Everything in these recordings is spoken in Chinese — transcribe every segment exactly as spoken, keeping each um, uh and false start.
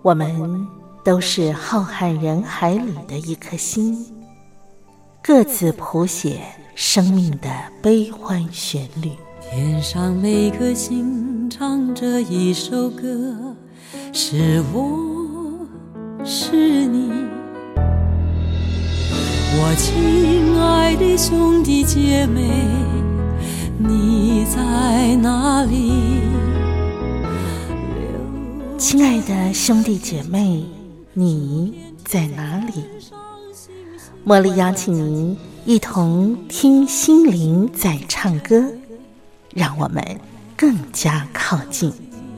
我们都是浩瀚人海里的一颗星，各自谱写生命的悲欢旋律。 天上每颗星唱着一首歌，是我，是你，我亲爱的兄弟姐妹，你在哪里？ 亲爱的兄弟姐妹，你在哪里？茉莉邀请您一同听心灵在唱歌，让我们更加靠近。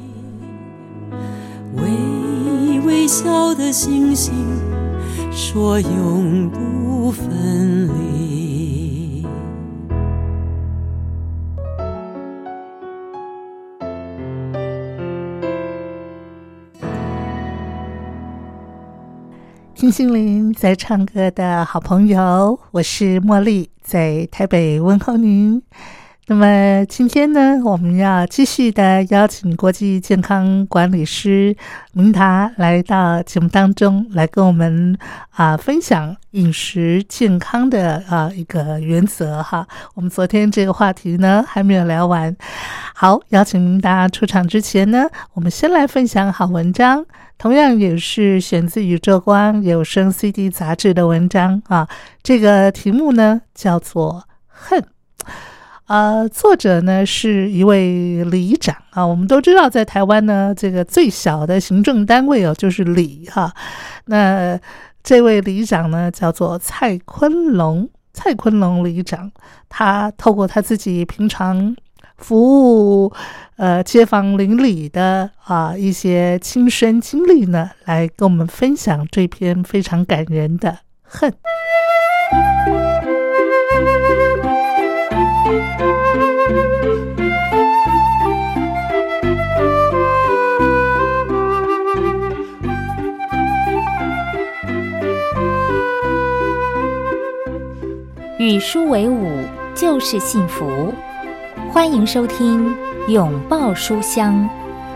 微微笑的星星说永不分离。 听心灵在唱歌的好朋友，我是茉莉，在台北问候您。那么今天呢，我们要继续的邀请国际健康管理师明达来到节目当中，来跟我们啊、呃、分享饮食健康的啊、呃、一个原则哈。我们昨天这个话题呢还没有聊完。好，邀请明达出场之前呢，我们先来分享好文章，同样也是选自宇宙光有声 C D 杂志的文章啊。这个题目呢叫做恨。呃，作者呢是一位里长啊，我们都知道在台湾呢，这个最小的行政单位哦就是里哈。那这位里长呢叫做蔡坤龙，蔡坤龙里长，他透过他自己平常服务呃街坊邻里的啊一些亲身经历呢，来跟我们分享这篇非常感人的恨。 与书为伍就是幸福，欢迎收听拥抱书香。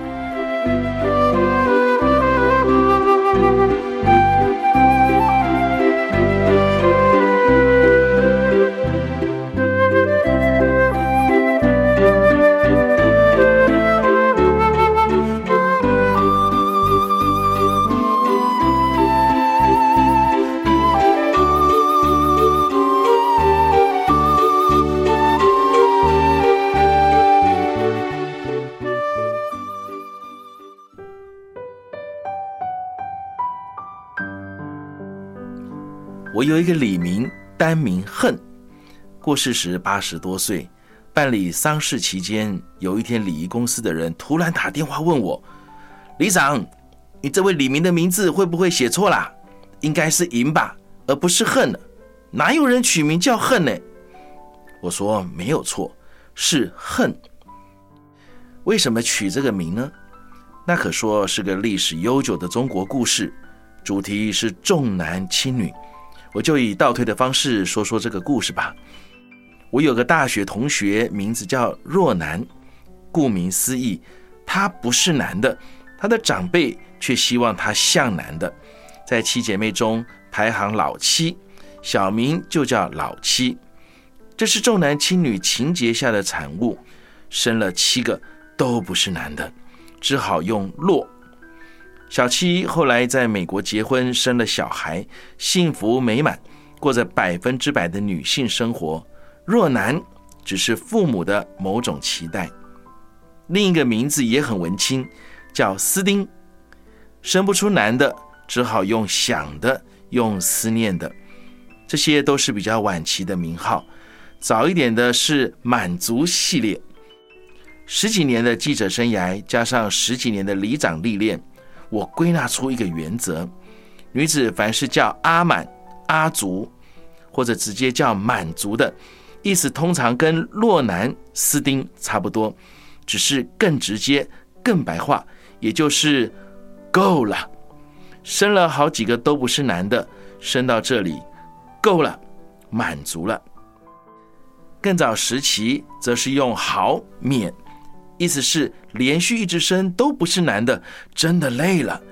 我有一个李明，单名恨，过世时八十多岁。办理丧事期间，有一天礼仪公司的人突然打电话问我：里长，你这位李明的名字会不会写错啦？应该是赢吧，而不是恨，哪有人取名叫恨呢？我说没有错，是恨。为什么取这个名呢？那可说是个历史悠久的中国故事，主题是重男轻女。我就以倒推的方式说说这个故事吧。我有个大学同学，名字叫若男，顾名思义，他不是男的，他的长辈却希望他像男的，在七姐妹中排行老七，小名就叫老七。这是重男轻女情节下的产物，生了七个都不是男的，只好用洛。小七后来在美国结婚，生了小孩，幸福美满，过着百分之百的女性生活。若男只是父母的某种期待。另一个名字也很文青，叫斯丁，生不出男的，只好用想的，用思念的。这些都是比较晚期的名号，早一点的是满族系列。十几年的记者生涯，加上十几年的里长历练，我归纳出一个原则：女子凡是叫阿满、阿族，或者直接叫满族的，意思通常跟洛男、斯丁差不多，只是更直接、更白话，也就是够了。生了好几个都不是男的，生到这里够了，满足了。更早时期则是用好、免，意思是连续一直生都不是男的，真的累了，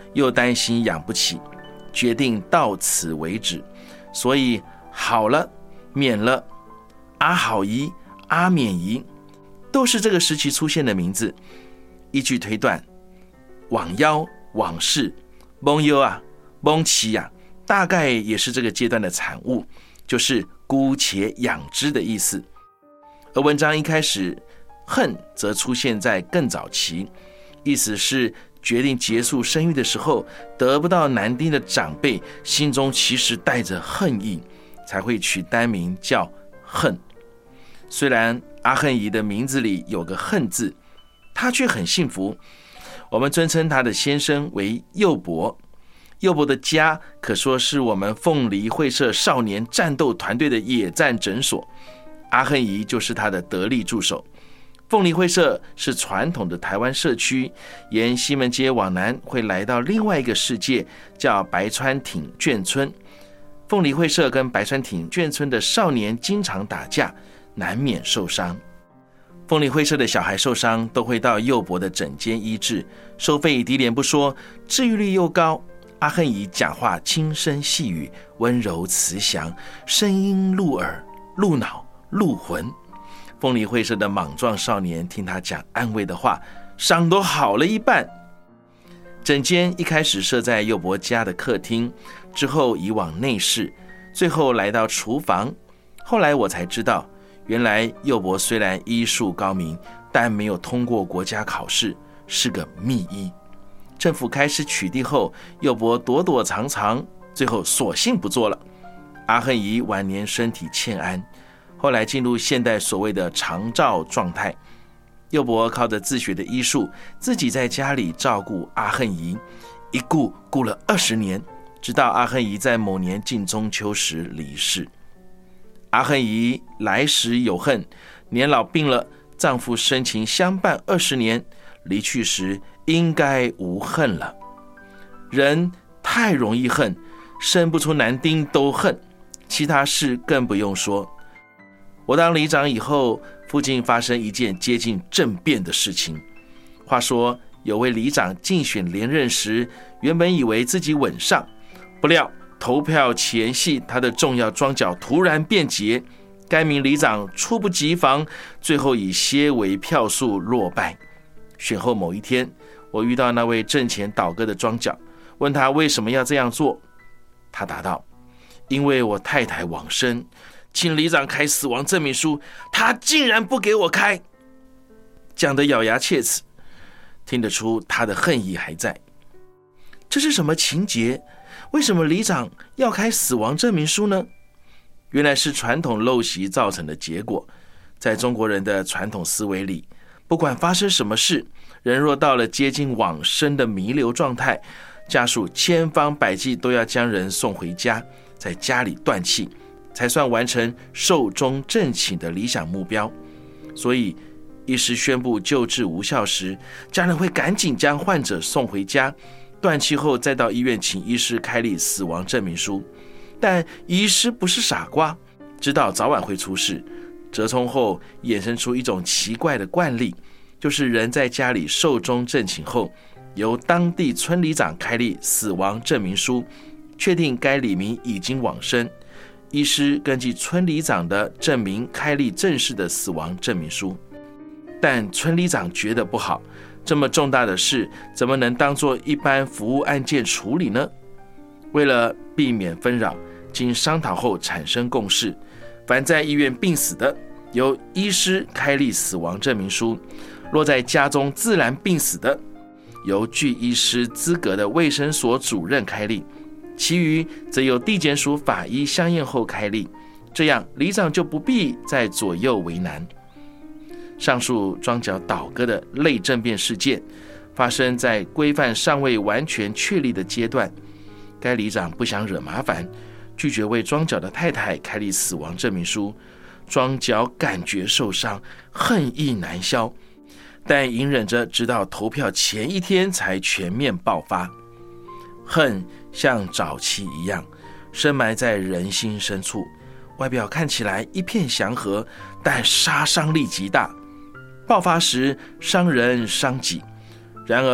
又担心养不起，决定到此为止。所以好了、免了、阿好姨、阿免姨都是这个时期出现的名字。依据推断，往夭、往世、蒙忧啊、蒙奇啊，大概也是这个阶段的产物，就是姑且养之的意思。而文章一开始恨则出现在更早期，意思是决定结束生育的时候，得不到男丁的长辈心中其实带着恨意，才会取单名叫恨。虽然阿恨姨的名字里有个恨字，她却很幸福。我们尊称她的先生为佑伯，佑伯的家可说是我们凤梨会社少年战斗团队的野战诊所，阿恨姨就是他的得力助手。凤梨会社是传统的台湾社区，沿西门街往南会来到另外一个世界，叫白川町眷村。凤梨会社跟白川町眷村的少年经常打架，难免受伤。凤梨会社的小孩受伤都会到佑伯的诊间医治，收费低廉不说，治愈率又高。阿恨姨讲话轻声细语，温柔慈祥，声音入耳、入脑、入魂。凤梨会社的莽撞少年听他讲安慰的话，伤都好了一半。诊间一开始设在佑伯家的客厅，之后移往内室，最后来到厨房。后来我才知道，原来佑伯虽然医术高明，但没有通过国家考试，是个秘医。政府开始取缔后，佑伯躲躲藏藏，最后索性不做了。阿恨姨晚年身体欠安，后来进入现代所谓的长照状态。佑伯靠着自学的医术，自己在家里照顾阿恨姨，一顾顾了二十年，直到阿恨姨在某年近中秋时离世。阿恨姨来时有恨，年老病了，丈夫深情相伴二十年，离去时应该无恨了。人太容易恨，生不出男丁都恨，其他事更不用说。我当里长以后，附近发生一件接近政变的事情。话说有位里长竞选连任时，原本以为自己稳上，不料投票前夕，他的重要庄脚突然变节，该名里长猝不及防，最后以些微票数落败。选后某一天，我遇到那位阵前倒戈的庄脚，问他为什么要这样做。他答道：因为我太太往生，请里长开死亡证明书，他竟然不给我开。讲得咬牙切齿，听得出他的恨意还在。这是什么情节？为什么里长要开死亡证明书呢？原来是传统陋习造成的结果。在中国人的传统思维里，不管发生什么事，人若到了接近往生的弥留状态，家属千方百计都要将人送回家，在家里断气，才算完成寿终正寝的理想目标。所以医师宣布救治无效时，家人会赶紧将患者送回家，断气后再到医院请医师开立死亡证明书。但医师不是傻瓜，知道早晚会出事，折冲后衍生出一种奇怪的惯例，就是人在家里寿终正寝后，由当地村里长开立死亡证明书，确定该里民已经往生，医师根据村里长的证明开立正式的死亡证明书。但村里长觉得不好，这么重大的事怎么能当作一般服务案件处理呢？为了避免纷扰，经商讨后产生共识，凡在医院病死的，由医师开立死亡证明书；若在家中自然病死的，由具医师资格的卫生所主任开立，其余则由地检署法医相验后开立。这样里长就不必再左右为难。上述庄脚倒戈的类政变事件发生在规范尚未完全确立的阶段，该里长不想惹麻烦，拒绝为庄脚的太太开立死亡证明书。庄脚感觉受伤，恨意难消，但隐忍着直到投票前一天才全面爆发。恨像沼气一样深埋在人心深处，外表看起来一片祥和，但杀伤力极大。爆发时伤人伤己，然而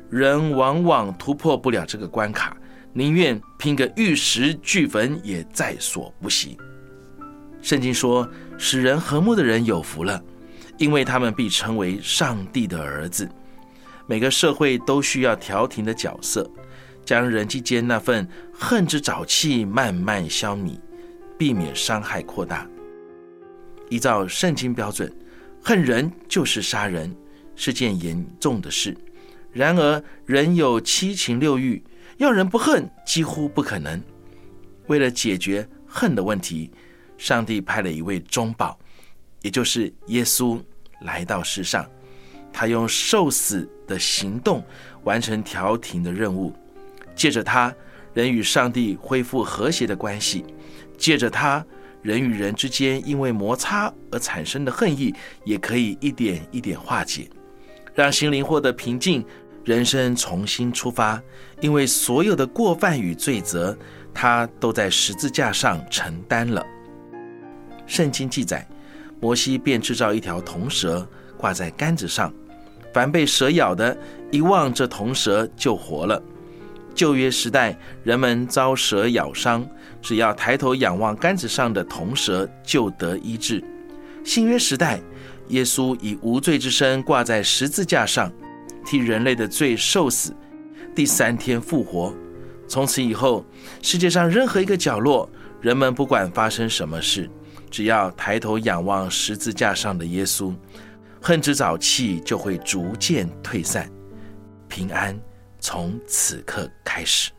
人往往突破不了这个关卡，宁愿拼个玉石俱焚也在所不惜。圣经说，使人和睦的人有福了，因为他们必称为上帝的儿子。每个社会都需要调停的角色，将人际间那份恨之沼气慢慢消弭，避免伤害扩大。依照圣经标准，恨人就是杀人，是件严重的事。然而人有七情六欲，要人不恨几乎不可能。为了解决恨的问题，上帝派了一位中保，也就是耶稣来到世上。他用受死的行动完成调停的任务，借着他，人与上帝恢复和谐的关系；借着他，人与人之间因为摩擦而产生的恨意也可以一点一点化解，让心灵获得平静，人生重新出发。因为所有的过犯与罪责，他都在十字架上承担了。圣经记载，摩西便制造一条铜蛇，挂在杆子上，凡被蛇咬的，一望这铜蛇就活了。旧约时代，人们遭蛇咬伤，只要抬头仰望杆子上的铜蛇，就得医治。新约时代，耶稣以无罪之身挂在十字架上，替人类的罪受死，第三天复活。从此以后，世界上任何一个角落，人们不管发生什么事，只要抬头仰望十字架上的耶稣，恨之沼气就会逐渐退散，平安从此刻开始。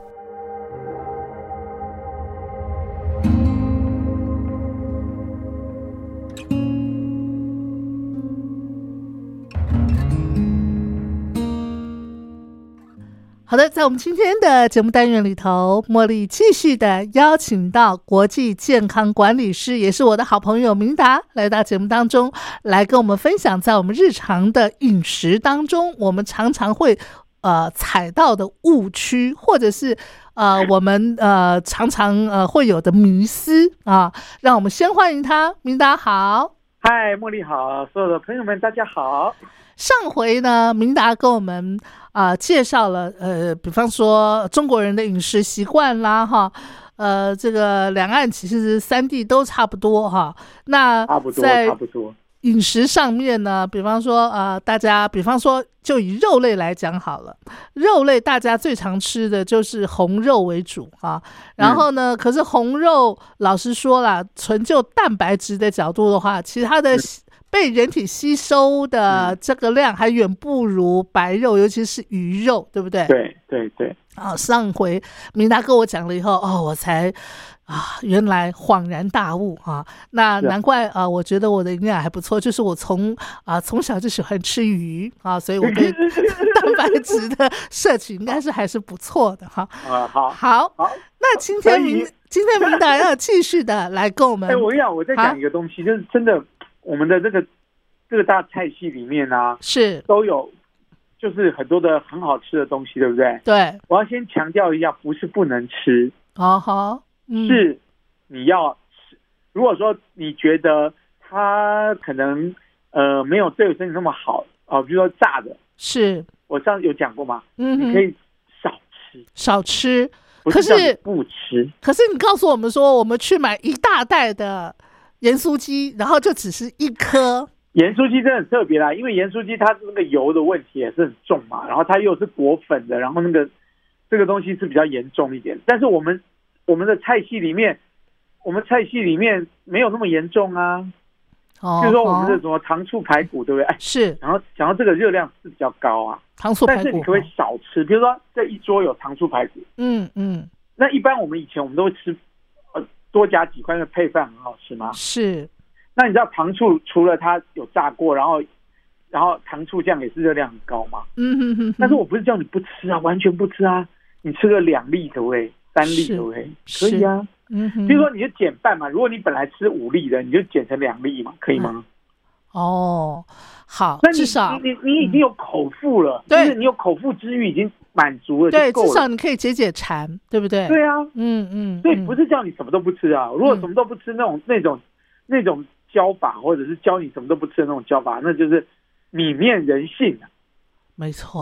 好的，在我们今天的节目单元里头，茉莉继续的邀请到国际健康管理师，也是我的好朋友明达，来到节目当中，来跟我们分享在我们日常的饮食当中，我们常常会呃踩到的误区，或者是呃我们呃常常呃会有的迷思啊。让我们先欢迎他，明达好。 嗨，茉莉好，所有的朋友们大家好。 上回呢，明达跟我们啊、呃、介绍了呃，比方说中国人的饮食习惯啦，哈，呃，这个两岸其实三地都差不多哈。那差不多， 在差不多。 饮食上面呢，比方说呃，大家比方说就以肉类来讲好了，肉类大家最常吃的就是红肉为主啊。然后呢，嗯、可是红肉老实说啦，纯就蛋白质的角度的话，其实它的、嗯被人体吸收的这个量还远不如白肉，尤其是鱼肉，对不对？ 对对对。 啊，上回明达跟我讲了以后，哦，我才啊，原来恍然大悟啊。那难怪啊，我觉得我的营养还不错，就是我从啊从小就喜欢吃鱼啊，所以我对蛋白质的摄取应该是还是不错的哈。 啊，好， 好，好。那今天明今天明达要继续的来跟我们。 哎，我跟你讲，我在讲一个东西，就是真的。我们的这个这个大菜系里面啊， 是都有，就是很多的很好吃的东西，对不对？ 对， 我要先强调一下，不是不能吃， 好好、嗯，是你要吃。如果说你觉得它可能呃没有对身体那么好啊、呃，比如说炸的， 是我上次有讲过吗？ 嗯， 你可以少吃， 少吃。 可是不吃， 可是你告诉我们说，我们去买一大袋的盐酥鸡，然后就只是一颗。 盐酥鸡真的很特别啦，因为盐酥鸡它那个油的问题也是很重嘛，然后它又是裹粉的，然后那个这个东西是比较严重一点。但是我们我们的菜系里面，我们菜系里面没有那么严重啊。哦，就是说我们的什么糖醋排骨，对不对？哎， 是。 然后讲到这个热量是比较高啊， 糖醋排骨。 但是你可不可以少吃？比如说这一桌有糖醋排骨， 嗯嗯， 那一般我们以前我们都会吃。多加几块，因为配饭很好吃吗？ 是。 那你知道糖醋除了它有炸过，然后然后糖醋酱也是热量很高吗？ 嗯哼哼哼。 但是我不是叫你不吃啊，完全不吃啊，你吃个两粒可不可以？三粒可不可以？可以啊。 嗯哼。 比如说你就减半嘛，如果你本来吃五粒的，你就减成两粒嘛，可以吗？ 嗯、哦，好， 那你至少你你你已经有口腹了， 对、 嗯，就是你有口腹之欲已经满足了， 对， 就够了， 至少你可以解解馋，对不对？ 对啊， 嗯嗯， 所以不是叫你什么都不吃啊。如果什么都不吃，那种那种那种教法，或者是教你什么都不吃的那种教法，那就是泯灭人性啊。 没错，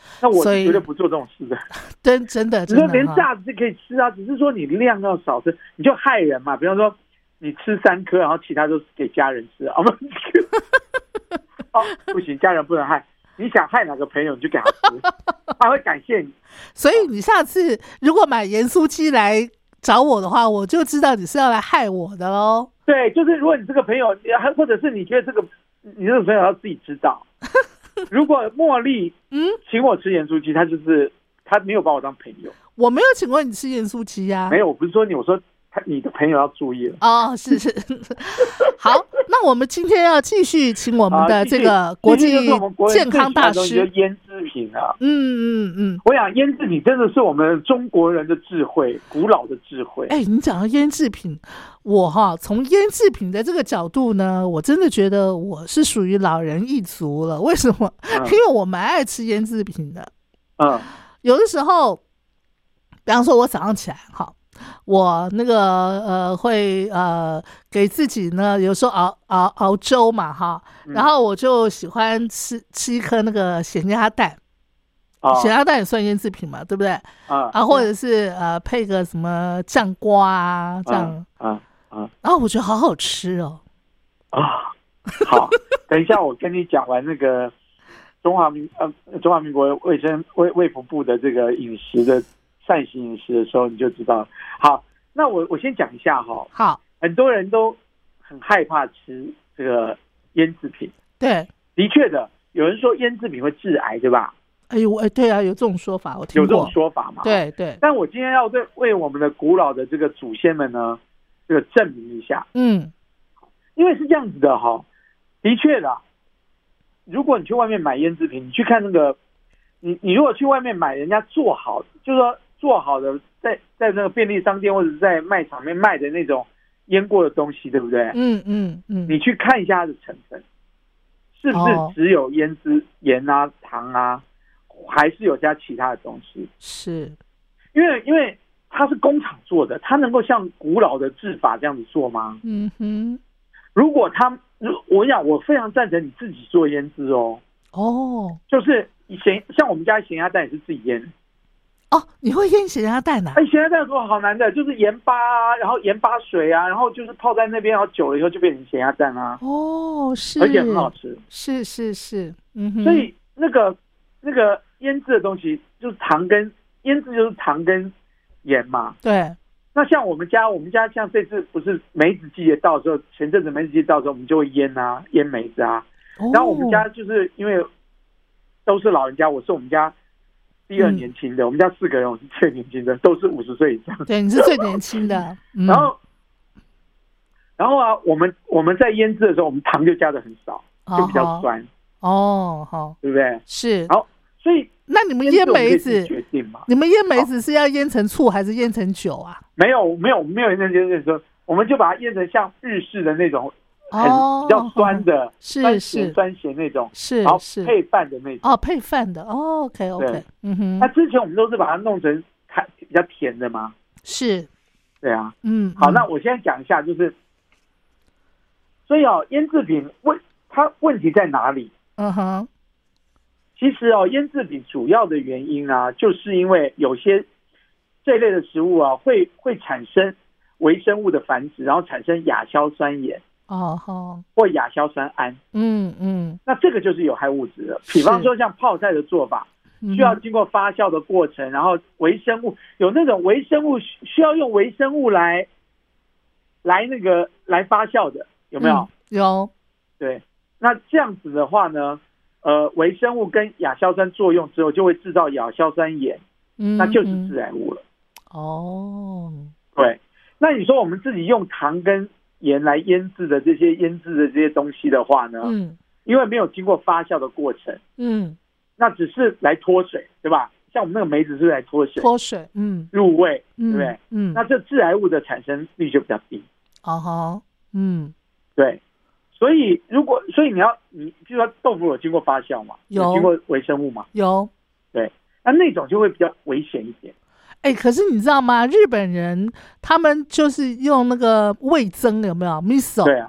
那我所以绝对不做这种事的。 真真的， 你说连真的哈炸子可以吃啊，只是说你量要少吃，你就害人嘛。比方说你吃三颗，然后其他都是给家人吃啊，不，哦，不行，家人不能害。你想害哪个朋友，你就给他吃，他会感谢你。 所以你下次如果买盐酥鸡来找我的话，我就知道你是要来害我的喽。 对，就是如果你这个朋友，或者是你觉得这个你这个朋友要自己知道。如果茉莉嗯请我吃盐酥鸡，他就是他没有把我当朋友。 我没有请过你吃盐酥鸡呀， 没有，我不是说你，我说他你的朋友要注意了。 哦，是是，好，那我们今天要继续请我们的这个国际健康大师， 就是腌制品啊。 嗯嗯嗯， 我想腌制品真的是我们中国人的智慧，古老的智慧。 哎，你讲到腌制品，我哈从腌制品的这个角度呢，我真的觉得我是属于老人一族了。为什么？嗯、因为我蛮爱吃腌制品的。嗯，有的时候，比方说我早上起来哈。我那个呃会呃给自己呢，有时候熬熬熬粥嘛哈，然后我就喜欢吃吃一颗那个咸鸭蛋，哦、咸鸭蛋也算腌制品嘛，对不对？啊，啊或者是呃配个什么酱瓜啊这样，啊啊，然后我觉得好好吃哦。 啊，好，等一下我跟你讲完那个中华民呃中华民国卫生卫卫福部的这个饮食的。膳食饮食的时候你就知道。好，那我我先讲一下哈。 好， 很多人都很害怕吃这个腌制品。 对， 的确的，有人说腌制品会致癌，对吧？ 哎呦，哎，对啊，有这种说法，我听过。 有这种说法嘛？ 对对。 但我今天要对为我们的古老的这个祖先们呢，这个证明一下。嗯，因为是这样子的哈，的确的，如果你去外面买腌制品，你去看那个，你你如果去外面买人家做好，就是说。做好的，在在那个便利商店或者在卖场面卖的那种腌过的东西，对不对？嗯嗯嗯。你去看一下它的成分，是不是只有腌制盐啊、糖啊，还是有加其他的东西？ 是， 因为因为它是工厂做的，它能够像古老的制法这样子做吗？嗯哼。如果它，我想我非常赞成你自己做腌制哦。哦。就是咸，像我们家咸鸭蛋也是自己腌。 哦，你会腌咸鸭蛋啊？ 哎，咸鸭蛋说好难的，就是盐巴啊，然后盐巴水啊，然后就是泡在那边，然后久了以后就变成咸鸭蛋啊。 哦，是， 而且很好吃。 是是是，嗯哼。 所以那个那个腌制的东西，就是糖跟腌制就是糖跟盐嘛。 对。 那像我们家，我们家像这次不是梅子季节到的时候，前阵子梅子季到的时候，我们就会腌啊，腌梅子啊。哦。然后我们家就是因为都是老人家，我是我们家。第二年轻的、嗯，我们家四个人，我是最年轻的，都是五十岁以上。 对，你是最年轻的。嗯、 然后，然后啊，我们我们在腌制的时候，我们糖就加的很少，就比较酸。 哦，好， 对不对？ 是。 好，所以那你们腌梅子决定嘛？ 你们腌梅子是要腌成醋还是腌成酒啊？ 没有，没有，没有那些说，我们就把它腌成像日式的那种。很比较酸的，哦、 是是酸咸那种， 是然后配饭的那种。 哦，配饭的。哦 ，OK OK， 嗯哼。 那之前我们都是把它弄成比较甜的嘛。 是。 对啊，嗯。好，那我现在讲一下，就是，所以哦，腌制品问它问题在哪里？嗯哼。其实哦，腌制品主要的原因啊，就是因为有些这类的食物啊，会会产生微生物的繁殖，然后产生亚硝酸盐。哦哦，或亚硝酸胺，嗯嗯，那这个就是有害物质了。比方说像泡菜的做法，需要经过发酵的过程，然后微生物有那种微生物需要用微生物来来那个来发酵的，有没有？嗯、 有。 对，那这样子的话呢，呃，微生物跟亚硝酸作用之后，就会制造亚硝酸盐，嗯，那就是致癌物了。哦，对，那你说我们自己用糖跟盐来腌制的这些腌制的这些东西的话呢，嗯，因为没有经过发酵的过程，嗯，那只是来脱水，对吧？像我们那个梅子是来脱水， 脱水，嗯， 入味，对不对？嗯，那这致癌物的产生率就比较低。哦哈，嗯，对，所以如果所以你要你比如说豆腐有经过发酵嘛， 有, 有经过微生物嘛， 有， 对，那那种就会比较危险一点。 哎，可是你知道吗？日本人他们就是用那个味增，有没有 miso？ 对啊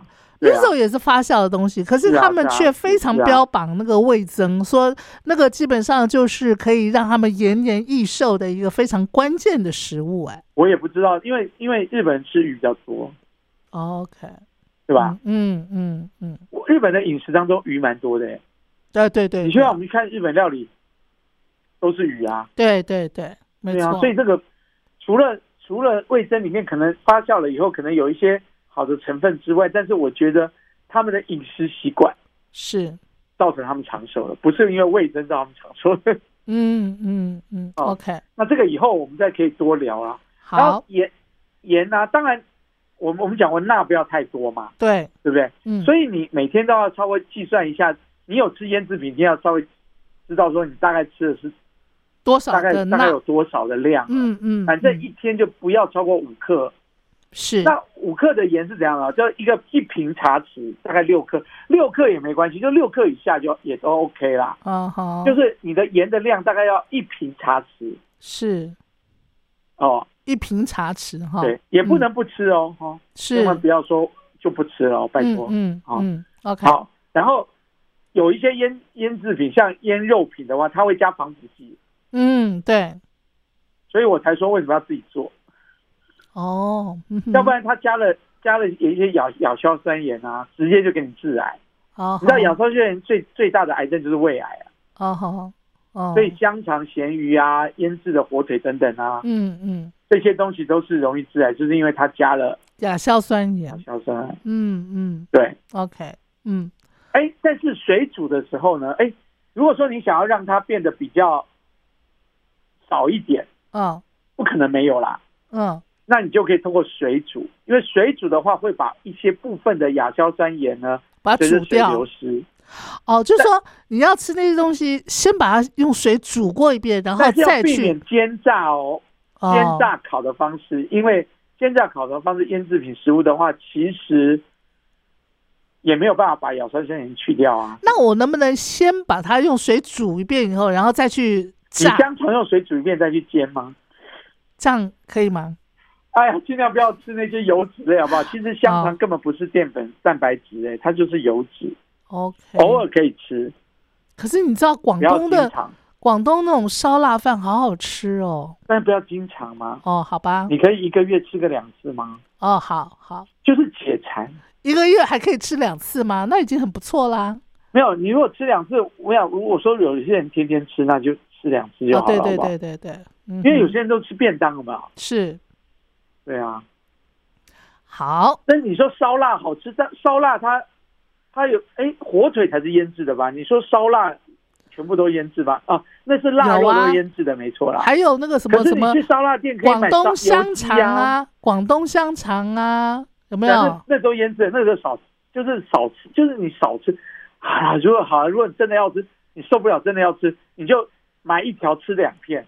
那时候也是发酵的东西，可是他们却非常标榜那个味增，说那个基本上就是可以让他们延年益寿的一个非常关键的食物。哎， 我也不知道，因为因为日本人吃鱼比较多。 OK， 对吧？ 嗯嗯嗯， 日本的饮食当中鱼蛮多的。 对对对， 你去让我们看日本料理，都是鱼啊。 对对对，没错。 啊，所以这个除了除了味噌里面可能发酵了以后可能有一些好的成分之外，但是我觉得他们的饮食习惯是造成他们长寿的，不是因为味噌造他们长寿的。 嗯嗯嗯、哦、，OK。 那这个以后我们再可以多聊啦。 好， 然后盐盐啊，当然我们我们讲过钠不要太多嘛， 对对不对？ 嗯， 所以你每天都要稍微计算一下，你有吃腌制品，你要稍微知道说你大概吃的是多少的钠， 大概大概有多少的量。 嗯嗯， 反正一天就不要超过五克。 是， 那五克的盐是怎样啊？就一个一瓶茶匙大概六克，六克也没关系，就六克以下就也都 OK 啦。 啊好， 就是你的盐的量大概要一瓶茶匙。 是， 哦， 一瓶茶匙哈。 对，也不能不吃哦，哈、嗯， 是， 千万不要说就不吃了、哦，拜托。 嗯嗯嗯 ，OK。 好，然后有一些腌腌制品，像腌肉品的话，它会加防腐剂。 嗯，对。 所以我才说为什么要自己做。 哦，嗯、 要不然他加了加了有一些亚亚硝酸盐啊，直接就给你致癌。 哦， 你知道亚硝酸盐最最大的癌症就是胃癌啊。 哦好哦， 所以香肠、咸鱼啊、腌制的火腿等等啊， 嗯嗯， 这些东西都是容易致癌，就是因为它加了亚硝酸盐。 亚硝酸盐。 嗯嗯， 对 ，OK， 嗯， 哎，但是水煮的时候呢，哎，如果说你想要让它变得比较少一点， 嗯， 不可能没有啦， 嗯。 那你就可以通过水煮，因为水煮的话会把一些部分的亚硝酸盐呢， 把它煮掉， 流失。 哦，就是说你要吃那些东西，先把它用水煮过一遍，然后再去避免煎炸哦， 哦煎炸烤的方式，因为煎炸烤的方式腌制品食物的话，其实也没有办法把亚硝酸盐去掉啊。 那我能不能先把它用水煮一遍以后，然后再去炸？ 你相同用水煮一遍再去煎吗？ 这样可以吗？ 哎呀，尽量不要吃那些油脂类，好不好？其实香肠根本不是淀粉、蛋白质类，它就是油脂。 OK， 偶尔可以吃。 可是你知道广东的广东那种烧腊饭好好吃哦， 但是不要经常吗？ 哦，好吧。 你可以一个月吃个两次吗？ 哦，好好， 就是解馋。 一个月还可以吃两次吗？那已经很不错啦。 没有，你如果吃两次，我想如果说有些人天天吃，那就吃两次就好了， 哦、对对好不好？ 对对对，嗯、 因为有些人都吃便当了嘛。 是。 对啊。 好。 那你说烧腊好吃，但烧腊它它有哎，火腿才是腌制的吧？你说烧腊全部都腌制吧？啊，那是腊肉都腌制的，没错啦。 还有那个什么什么， 可是你去烧腊店可以买广东香肠啊， 广东香肠啊，有没有？ 那, 那都腌制的，那个少，就是少吃，就是你少吃啊。如果好，如果你真的要吃，你受不了，真的要吃，你就买一条吃两片。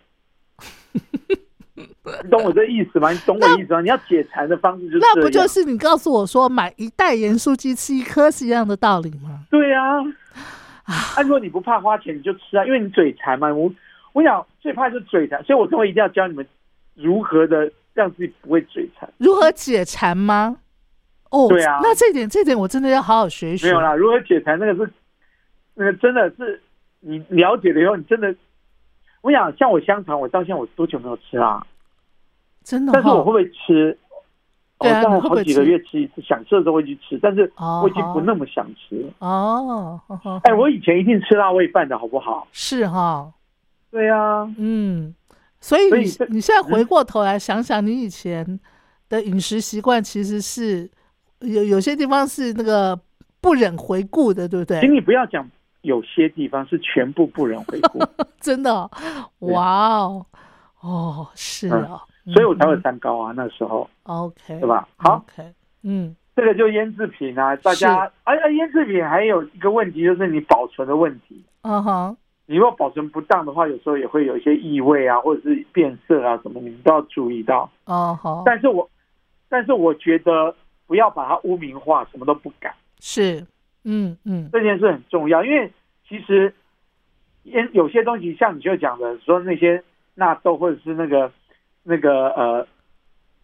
你懂我这意思吗？你懂我意思吗？你要解馋的方式就是那不就是你告诉我说买一袋盐酥鸡吃一颗是一样的道理吗？ 对啊，啊，如果你不怕花钱，你就吃啊，因为你嘴馋嘛。我我想最怕就是嘴馋，所以我才会一定要教你们如何的让自己不会嘴馋。 如何解馋吗？哦， 对啊， 那这点这点我真的要好好学一学。 没有啦，如何解馋那个是那个真的是你了解了以后，你真的。我想像我香肠，我到现在我多久没有吃啦？ 真的、哦， 但是我会不会吃？ 对啊， 我大概好几个月吃一次，想吃的时候会去吃，但是我已经不那么想吃哦。 哎、欸，我以前一定吃辣味饭的好不好？ 是哈、哦， 对啊， 嗯，所以你你现在回过头来想想，你以前的饮食习惯其实是有有些地方是那个不忍回顾的，对不对？ 请你不要讲。有些地方是全部不忍回顾， 真的、哦，哇哦，哦，是哦、 嗯，所以我才会三高啊，那时候 ，OK， 对吧？好 ，OK， 嗯， 这个就腌制品啊，大家，哎哎，腌制品还有一个问题就是你保存的问题， 嗯哼， 你如果保存不当的话，有时候也会有一些异味啊，或者是变色啊什么，你们都要注意到。 哦好， 但是我，但是我觉得不要把它污名化，什么都不敢。 是。嗯嗯， 这件事很重要，因为其实有些东西像你就讲的说那些纳豆或者是那个那个呃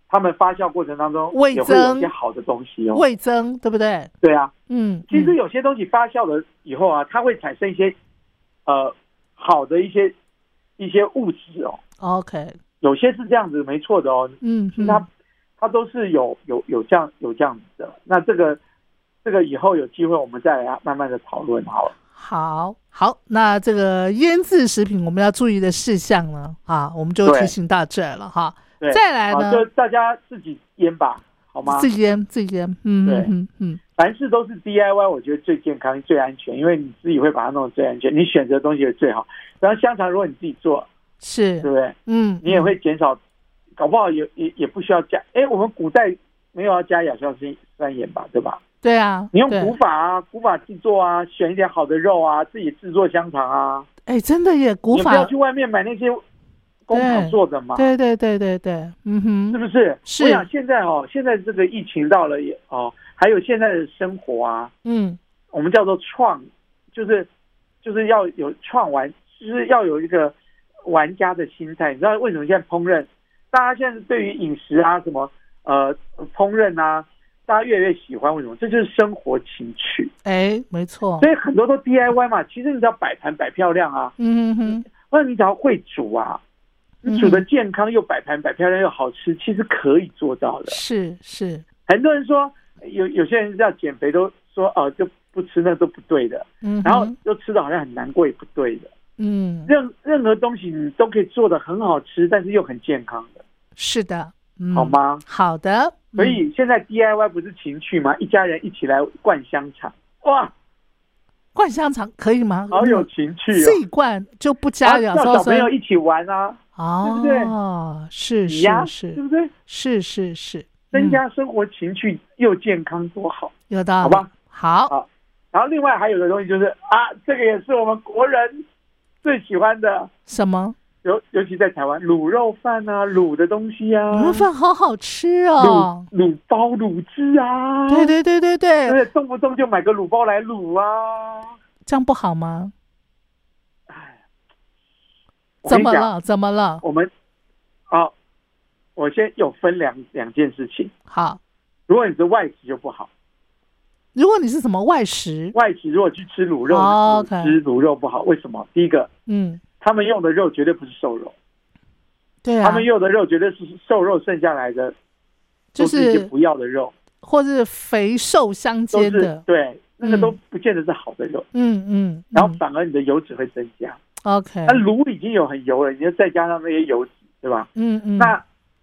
他们发酵过程当中味也会有增一些好的东西哦。 味增对不对？ 对啊， 嗯， 其实有些东西发酵了以后啊，它会产生一些呃好的一些一些物质哦。 OK， 有些是这样子，没错的哦。 嗯， 其实它它都是有有有这样有这样子的。那这个这个以后有机会我们再来慢慢的讨论好了。 好好，那这个腌制食品我们要注意的事项呢，啊，我们就提醒到这儿了哈。 对， 再来呢， 就大家自己腌吧，好吗？ 自己腌，自己腌，嗯， 对， 嗯嗯， 凡事都是 D I Y， 我觉得最健康、最安全，因为你自己会把它弄得最安全，你选择的东西也最好。然后香肠如果你自己做， 是， 对不对？ 嗯， 你也会减少，搞不好也也也不需要加。哎，我们古代没有要加亚硝酸盐吧，对吧？ 对啊， 你用古法啊，古法制作啊，选一点好的肉啊，自己制作香肠啊。 哎，真的耶，古法你不要去外面买那些工厂做的嘛。 对对对对对，嗯哼， 是不是？ 是。 我想现在哦，现在这个疫情到了也哦，还有现在的生活啊， 嗯， 我们叫做创，就是就是要有创玩，就是要有一个玩家的心态。你知道为什么现在烹饪，大家现在对于饮食啊什么呃烹饪啊，大家越来越喜欢，为什么？这就是生活情趣。 哎，没错。 所以很多都 D I Y 嘛，其实你只要摆盘摆漂亮啊， 嗯哼， 或者你只要会煮啊，你煮的健康又摆盘摆漂亮又好吃，其实可以做到的。 是是， 很多人说有有些人要减肥都说哦就不吃那都不对的，嗯，然后又吃的好像很难过也不对的，嗯，任任何东西你都可以做的很好吃，但是又很健康的。 是的， 嗯、好吗？ 好的。 所以现在 D I Y 不是情趣吗？一家人一起来灌香肠，哇！ 灌香肠可以吗？ 好有情趣哦！ 自己灌就不加亚硝酸， 叫小朋友一起玩啊， 哦， 对不对？ 是是是， 对不对？ 是是是， 增加生活情趣又健康，多好！ 有道理， 好吧？ 好。 好，然后另外还有个东西就是啊，这个也是我们国人最喜欢的什么？ 尤尤其在台湾，卤肉饭啊，卤的东西啊， 卤肉饭好好吃哦， 卤卤包、卤汁啊， 对对对对对， 对，动不动就买个卤包来卤啊， 这样不好吗？ 哎， 怎么了？怎么了？ 我们好，我先有分两两件事情。 好， 如果你是外食就不好。 如果你是什么外食， 外食如果去吃卤肉， 哦 okay. 吃卤肉不好，为什么？第一个，嗯。他们用的肉绝对不是瘦肉， 对啊， 他们用的肉绝对是瘦肉剩下来的，就是一些不要的肉， 或是肥瘦相间的， 对，那个都不见得是好的肉， 嗯嗯， 然后反而你的油脂会增加。 OK， 那卤已经有很油了，你就再加上那些油脂，对吧？嗯嗯，那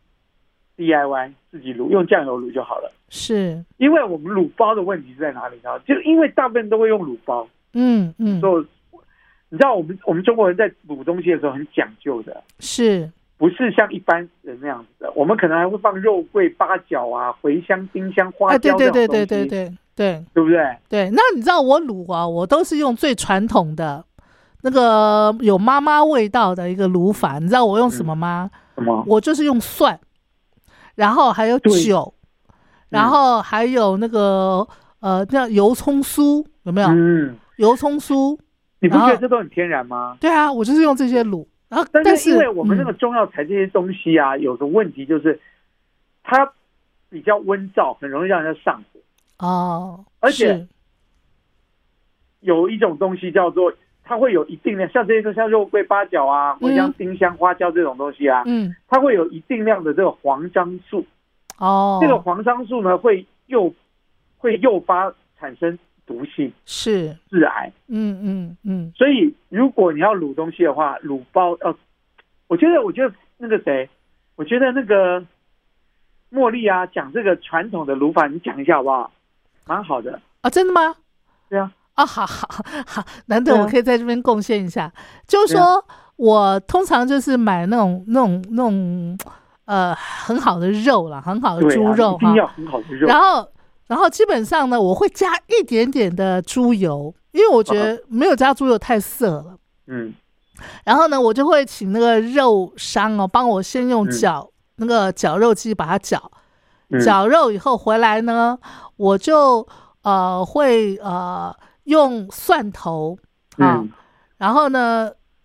D I Y 自己卤，用酱油卤就好了。 是， 因为我们卤包的问题是在哪里呢？就因为大部分人都会用卤包，嗯嗯，所以。你知道我们我们中国人在卤东西的时候很讲究的， 是不是像一般人那样子的？我们可能还会放肉桂、八角啊、茴香、丁香、花椒这种东西， 对对对对对对对， 对不对？ 对。那你知道我卤啊，我都是用最传统的那个有妈妈味道的一个卤法。你知道我用什么吗？ 什么？ 我就是用蒜，然后还有酒，然后还有那个呃，叫油葱酥，有没有？嗯，油葱酥。 你不觉得这都很天然吗？ 对啊，我就是用这些卤。然后， 但是因为我们那个中药材这些东西啊，嗯、有个问题就是，它比较温燥，很容易让人家上火。哦，而且有一种东西叫做，它会有一定的，像这些像肉桂、八角啊，或像丁香、花椒这种东西啊，嗯，它会有一定量的这个黄樟素。哦，这个黄樟素呢，会诱会诱发产生。毒性是致癌，嗯嗯嗯，所以如果你要卤东西的话，卤包要，我觉得我觉得那个谁，我觉得那个茉莉啊，讲这个传统的卤法，你讲一下好不好？蛮好的啊，真的吗？ 对啊， 啊，好好好，难得我可以在这边贡献一下，就是说我通常就是买那种那种那种呃很好的肉啦，很好的猪肉哈，一定要很好的肉， 然后。然后基本上呢，我会加一点点的猪油，因为我觉得没有加猪油太涩了。嗯，然后呢，我就会请那个肉商哦，帮我先用绞、嗯、那个绞肉机把它绞，嗯、绞肉以后回来呢，我就呃会呃用蒜头啊，嗯、然后呢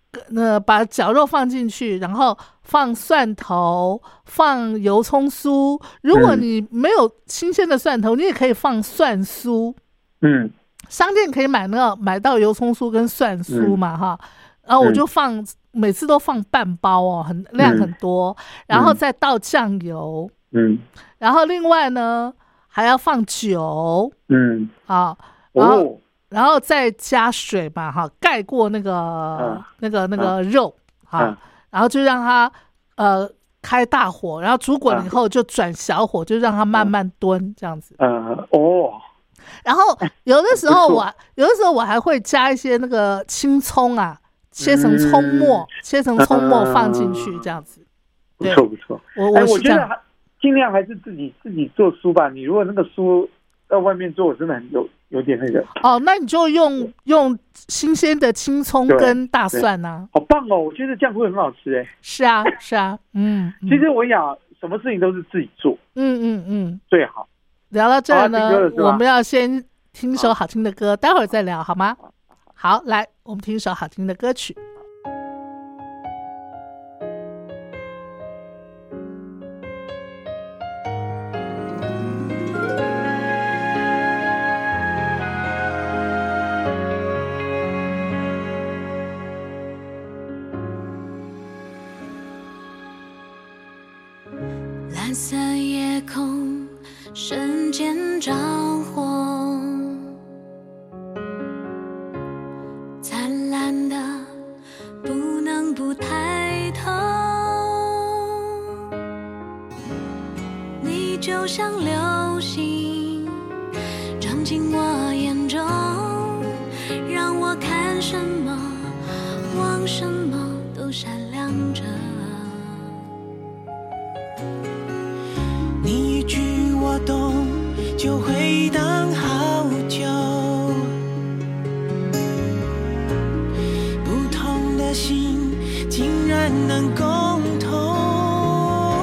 呃，把绞肉放进去，然后放蒜头，放油葱酥。如果你没有新鲜的蒜头，你也可以放蒜酥。嗯，商店可以买那个买到油葱酥跟蒜酥嘛，嗯、哈。然后我就放，每次都放半包哦，很量很多，嗯、然后再倒酱油。嗯，然后另外呢还要放酒。嗯，啊，然后。哦然后再加水嘛，哈，盖过那个、嗯、那个那个肉，哈、嗯，然后就让它呃开大火，然后煮滚了以后就转小火，就让它慢慢炖这样子。嗯，哦。然后有的时候我有的时候我还会加一些那个青葱啊，切成葱末，嗯、切成葱末放进去这样子。 不错不错， 我我我觉得尽量还是自己自己做酥吧。你如果那个酥在外面做，我真的很有。有点那个哦，那你就用用新鲜的青葱跟大蒜啊， 好棒哦！我觉得这样会很好吃哎。 是啊，是啊，嗯。 其实我想，什么事情都是自己做，嗯嗯嗯，最好。 聊到这儿呢，我们要先听首好听的歌，待会儿再聊好吗？好，来，我们听一首好听的歌曲。 蓝色夜空瞬间着火，灿烂的不能不抬头，你就像流星照进我眼中，让我看什么望什么都闪亮着。 你一句我懂，就回荡好久。不同的心竟然能共同，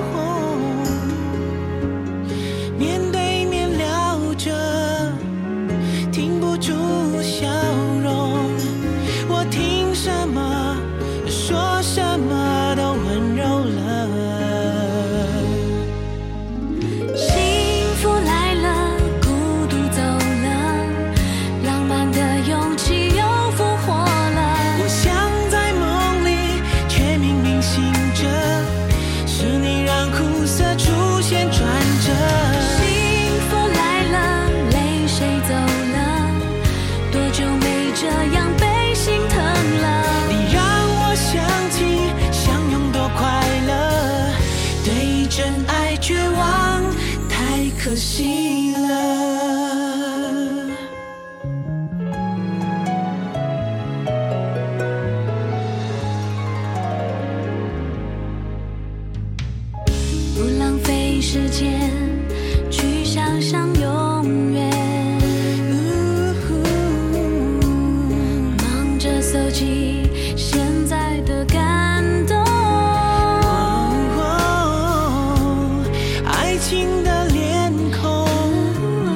面对面聊着，停不住笑容。我听什么，说什么都温柔了。可惜了， 不浪费时间去想象永远，忙着搜集现在的感动，爱情的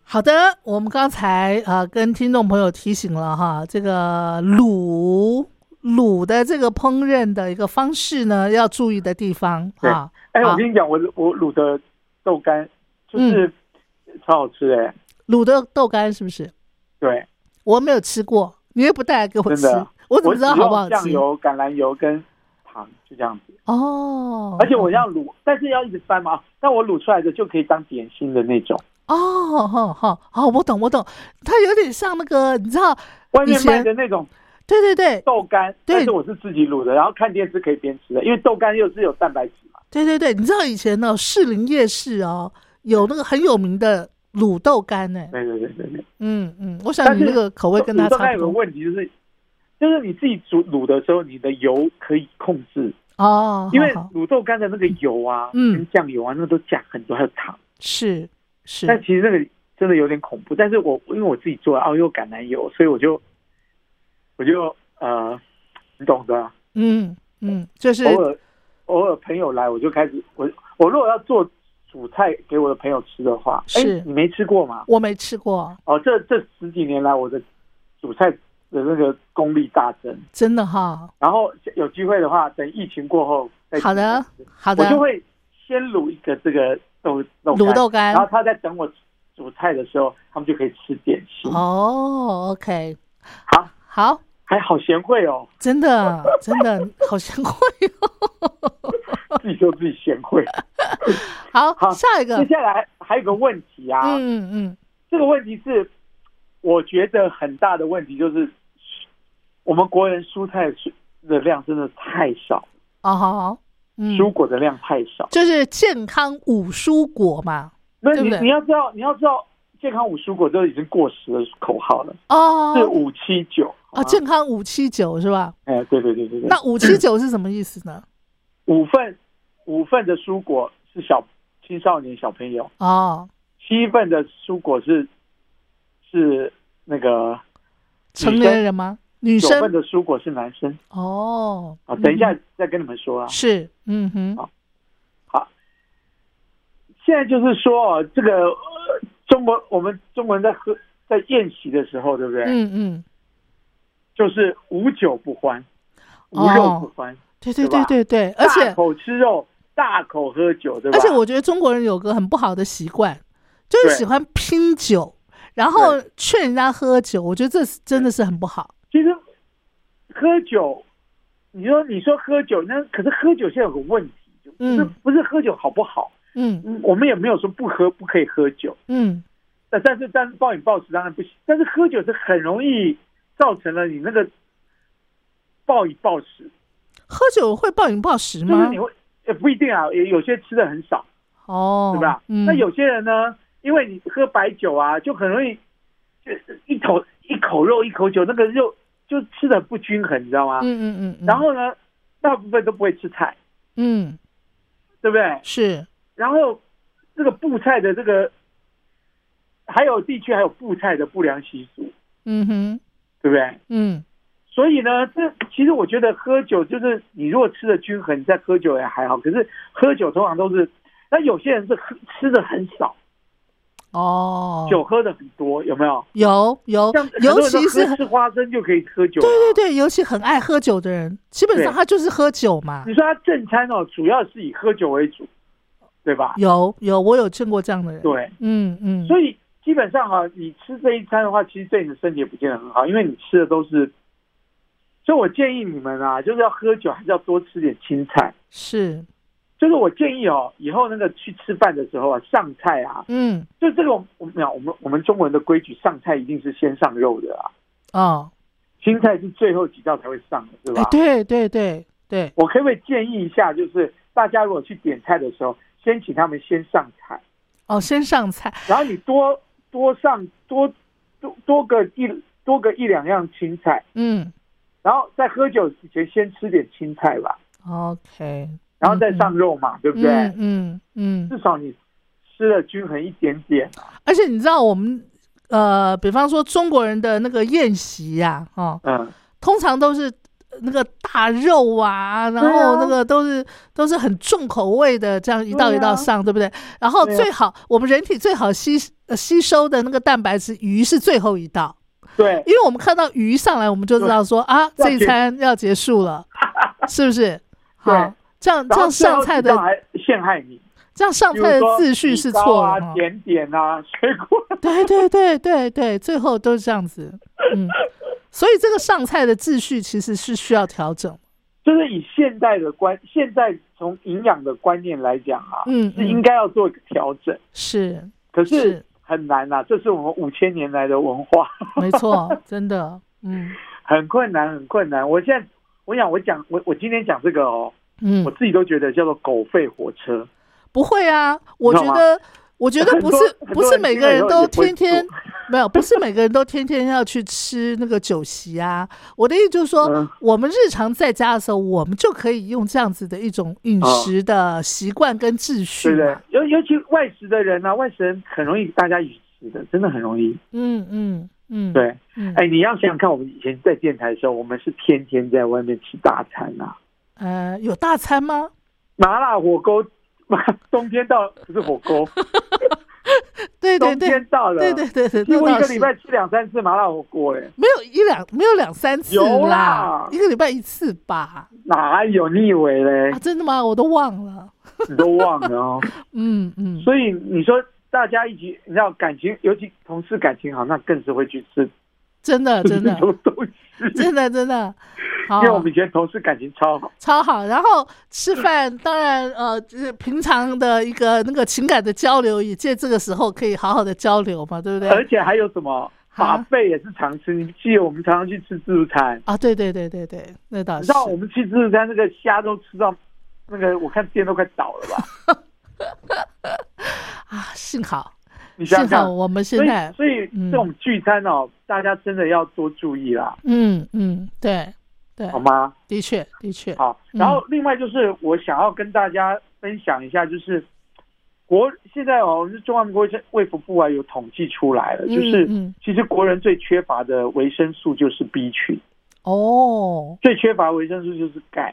好的，我们刚才呃跟听众朋友提醒了哈，这个卤卤的这个烹饪的一个方式呢，要注意的地方啊。 哎，我跟你讲，我我卤的豆干就是超好吃哎、欸， 卤的豆干是不是？ 对， 我没有吃过，你又不带来给我吃， 真的我怎么知道好不好吃？ 酱油、橄榄油跟糖就这样子。 哦， 而且我要卤，但是要一直翻嘛，但我卤出来的就可以当点心的那种。 哦，好好好，我懂我懂，它有点像那个，你知道外面卖的那种， 对对对， 豆干，但是我是自己卤的，然后看电视可以边吃的，因为豆干又是有蛋白质嘛。 对对对，你知道以前呢，士林夜市哦，有那个很有名的卤豆干呢。 对对对对对， 嗯嗯，我想你那个口味跟它差不多。 卤豆干有个问题就是，就是你自己煮卤的时候，你的油可以控制哦， 因为卤豆干的那个油啊， 嗯， 跟酱油啊，那都加很多，还有糖。 是是， 但其实那个真的有点恐怖。但是我因为我自己做啊，又橄榄油，所以我就我就呃，你懂的。 嗯嗯，就是偶尔偶尔朋友来，我就开始我我如果要做煮菜给我的朋友吃的话， 是你没吃过吗？ 我没吃过。 哦，这这十几年来我的煮菜的那个功力大增， 真的哈。 然后有机会的话，等疫情过后再好的好的， 我就会先卤一个这个豆豆卤豆干， 然后他在等我煮菜的时候，他们就可以吃点心。 哦 ，OK， 好， 好， 还好贤惠哦， 真的真的好贤惠哦，自己说自己贤惠。 好，好，下一个， 接下来还有个问题啊， 嗯嗯， 这个问题是我觉得很大的问题，就是我们国人蔬菜的量真的太少哦，好，嗯， 蔬果的量太少， 就是健康五蔬果嘛。 那你你要知道，你要知道，健康五蔬果都已经过时的口号了哦，是五七九哦，健康五七九是吧？ 哎，对对对对对。 那五七九是什么意思呢？ 五份五份的蔬果是小青少年小朋友哦， 七份的蔬果是是那个成年人吗？女生。 九份的蔬果是男生哦。 啊，等一下再跟你们说啊。 是，嗯哼。 好，好。现在就是说哦，这个、呃、中国我们中国人在喝在宴席的时候，对不对？ 嗯嗯。 就是无酒不欢，无肉不欢。哦， 对对对对对，而且大口吃肉，大口喝酒，对吧？ 而且我觉得中国人有个很不好的习惯，就是喜欢拼酒，然后劝人家喝酒，我觉得这真的是很不好。 其实喝酒，你说你说喝酒，那可是喝酒现在有个问题，不是、嗯、不是喝酒好不好？嗯，我们也没有说不喝不可以喝酒，嗯，但但是但是暴饮暴食当然不行，但是喝酒是很容易造成了你那个暴饮暴食。 喝酒会暴饮暴食吗？ 就是你会也不一定啊，有些吃的很少哦，对吧？嗯、那有些人呢，因为你喝白酒啊，就很容易就一口一口肉一口酒，那个肉就吃的不均衡，你知道吗？嗯嗯 嗯, 嗯。然后呢，大部分都不会吃菜，嗯，对不对？ 是。 然后这个布菜的这个，还有地区还有布菜的不良习俗，嗯哼，对不对？嗯。所以呢，这其实我觉得喝酒就是你如果吃的均衡，你在喝酒也还好。可是喝酒通常都是，那有些人是喝吃的很少，哦，酒喝的很多，有没有？ 有有，尤其是吃花生就可以喝酒。 对对对，尤其很爱喝酒的人，基本上他就是喝酒嘛。 你说他正餐哦，主要是以喝酒为主，对吧？ 有有，我有见过这样的人。 对， 嗯嗯。 所以基本上啊，你吃这一餐的话，其实对你的身体也不见得很好，因为你吃的都是。所以我建议你们啊，就是要喝酒还是要多吃点青菜。是，就是我建议哦，以后那个去吃饭的时候啊，上菜啊，嗯，就这个我们我们我们中国人的规矩，上菜一定是先上肉的啊。哦，青菜是最后几道才会上的，对吧？ 欸、对对对对。 我可不可以建议一下，就是大家如果去点菜的时候，先请他们先上菜。 哦，先上菜， 然后你多多上多多多个一多个一两样青菜，嗯。然后在喝酒之前先吃点青菜吧 ，OK， 然后再上肉嘛，嗯、对不对？ 嗯嗯嗯， 至少你吃了均衡一点点。 而且你知道我们呃，比方说中国人的那个宴席呀、啊，哦，嗯，通常都是那个大肉啊，然后那个都是、啊、都是很重口味的，这样一道一道上， 对,、啊、对不对？然后最好、啊、我们人体最好吸、呃、吸收的那个蛋白质，鱼是最后一道。 对， 因为我们看到鱼上来，我们就知道说啊，这一餐要结束了，是不是？好，这样这样上菜的陷害你， 这样上菜的秩序是错的、 啊，甜点啊，水果， 对对对对对，最后都是这样子。嗯，所以这个上菜的秩序其实是需要调整。 就是以现代的观，现在从营养的观念来讲啊， 嗯， 是应该要做一个调整。 是， 可是很难啊，这是我们五千年来的文化。 没错，真的，嗯， 很困难，很困难。我现在，我想，我讲，我我今天讲这个哦， 嗯， 我自己都觉得叫做狗吠火车。 不会啊，我觉得，我觉得不是不是每个人都天天没有，不是每个人都天天要去吃那个酒席啊。我的意思就是说，嗯、我们日常在家的时候，我们就可以用这样子的一种饮食的习惯跟秩序、哦， 对对，尤尤其外食的人啊，外食人很容易大家一起吃的，真的很容易。 嗯嗯嗯， 对，哎、嗯欸，你要想想看，我们以前在电台的时候，我们是天天在外面吃大餐啊。 呃，有大餐吗？ 麻辣火锅。冬天到了不是火锅， 对对对， 冬天到了， 对对对对， 几乎一个礼拜吃两三次麻辣火锅嘞， 没有一两没有两三次啦，一个礼拜一次吧？ 哪有？你以为嘞、 啊？真的吗？我都忘了， 你都忘了哦。 嗯嗯， 所以你说大家一起，你知道感情，尤其同事感情好，那更是会去吃， 真的真的， 东西真的真的。 因为我们以前同事感情超好， 超好。然后吃饭，当然呃，就是平常的一个那个情感的交流，也借这个时候可以好好的交流嘛，对不对？ 而且还有什么把费也是常吃，你记得我们常常去吃自助餐啊？对对对对对，那倒是。 你知道我们去自助餐那个虾都吃到那个，我看店都快倒了吧？ 啊，幸好。 你想想幸好我们现在， 所以，所以这种聚餐哦、嗯，大家真的要多注意啦。 嗯嗯，对。对， 好吗？ 的确，的确。 好，然后另外就是我想要跟大家分享一下，就是国现在哦，中华民国卫福部啊有统计出来了，嗯、就是其实国人最缺乏的维生素就是 B 群。 哦， 最缺乏维生素就是钙。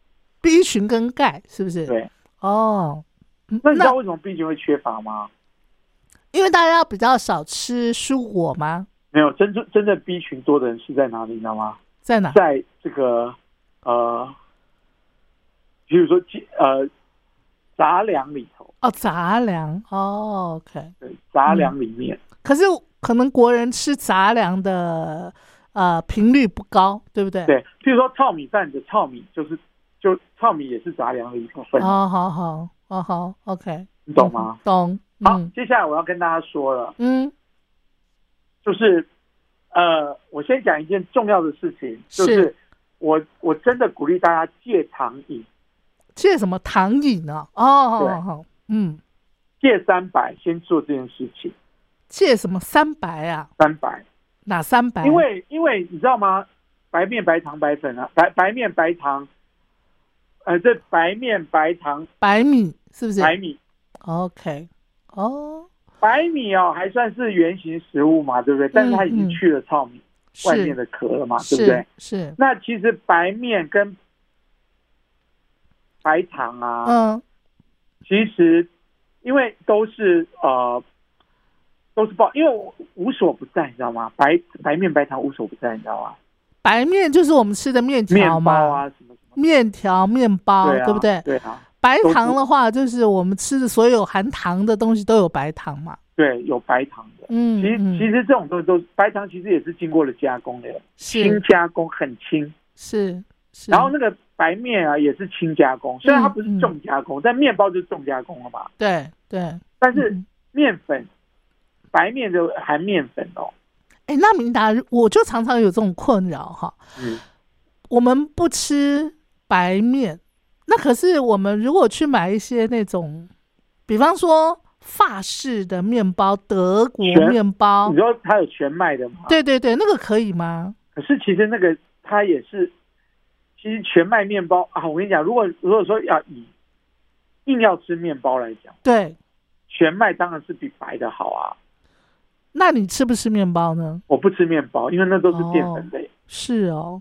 B 群跟钙是不是？ 对。 哦， 那你知道为什么 B 群会缺乏吗？ 因为大家比较少吃蔬果吗？ 没有，真正真正 B 群多的人是在哪里，你知道吗？ 在哪？ 在这个呃，比如说呃杂粮里头。 哦，杂粮哦 ，OK， 对，杂粮里面、 嗯。可是可能国人吃杂粮的呃频率不高，对不对？ 对，譬如说糙米饭的糙米，就是就糙米也是杂粮的一部分。 哦，好好，哦好 ，OK， 你懂吗？ 嗯、懂。嗯、 好，接下来我要跟大家说了， 嗯， 就是。呃，我先讲一件重要的事情，就是我我真的鼓励大家戒糖饮。 戒什么糖饮呢、啊？哦，好好，嗯， 戒三白，先做这件事情。 戒什么三白啊？ 三白， 哪三白？ 因为因为你知道吗？白面、白糖、白粉啊，白白面、白糖，呃，这白面、白糖、 白米是不是？ 白米 ，OK， 哦。 白米哦，还算是原型食物嘛，对不对？但是它已经去了糙米、嗯、外面的壳了嘛，对不对？ 是。 那其实白面跟白糖啊， 嗯， 其实因为都是呃都是爆，因为无所不在，你知道吗？白白面白糖无所不在，你知道吗？ 白面就是我们吃的面条嘛， 面包啊什么什么， 面条、面包， 对,、啊、对不对？ 对啊。 白糖的话，就是我们吃的所有含糖的东西都有白糖嘛。 对，有白糖的。嗯，其实、嗯、其实这种东西都白糖，其实也是经过了加工的，轻加工，很轻。 是。是。 然后那个白面啊，也是轻加工，虽然它不是重加工，嗯、但面包就是重加工了嘛。 对对。 但是面粉，嗯、白面就含面粉哦。 哎，那明达，我就常常有这种困扰哈。嗯。我们不吃白面。那可是我们如果去买一些那种，比方说法式的面包、德国面包， 你说它有全麦的吗？ 对对对，那个可以吗？ 可是其实那个它也是，其实全麦面包啊，我跟你讲，如果如果说要以硬要吃面包来讲， 对， 全麦当然是比白的好啊。 那你吃不吃面包呢？ 我不吃面包，因为那都是淀粉类。 哦，是哦。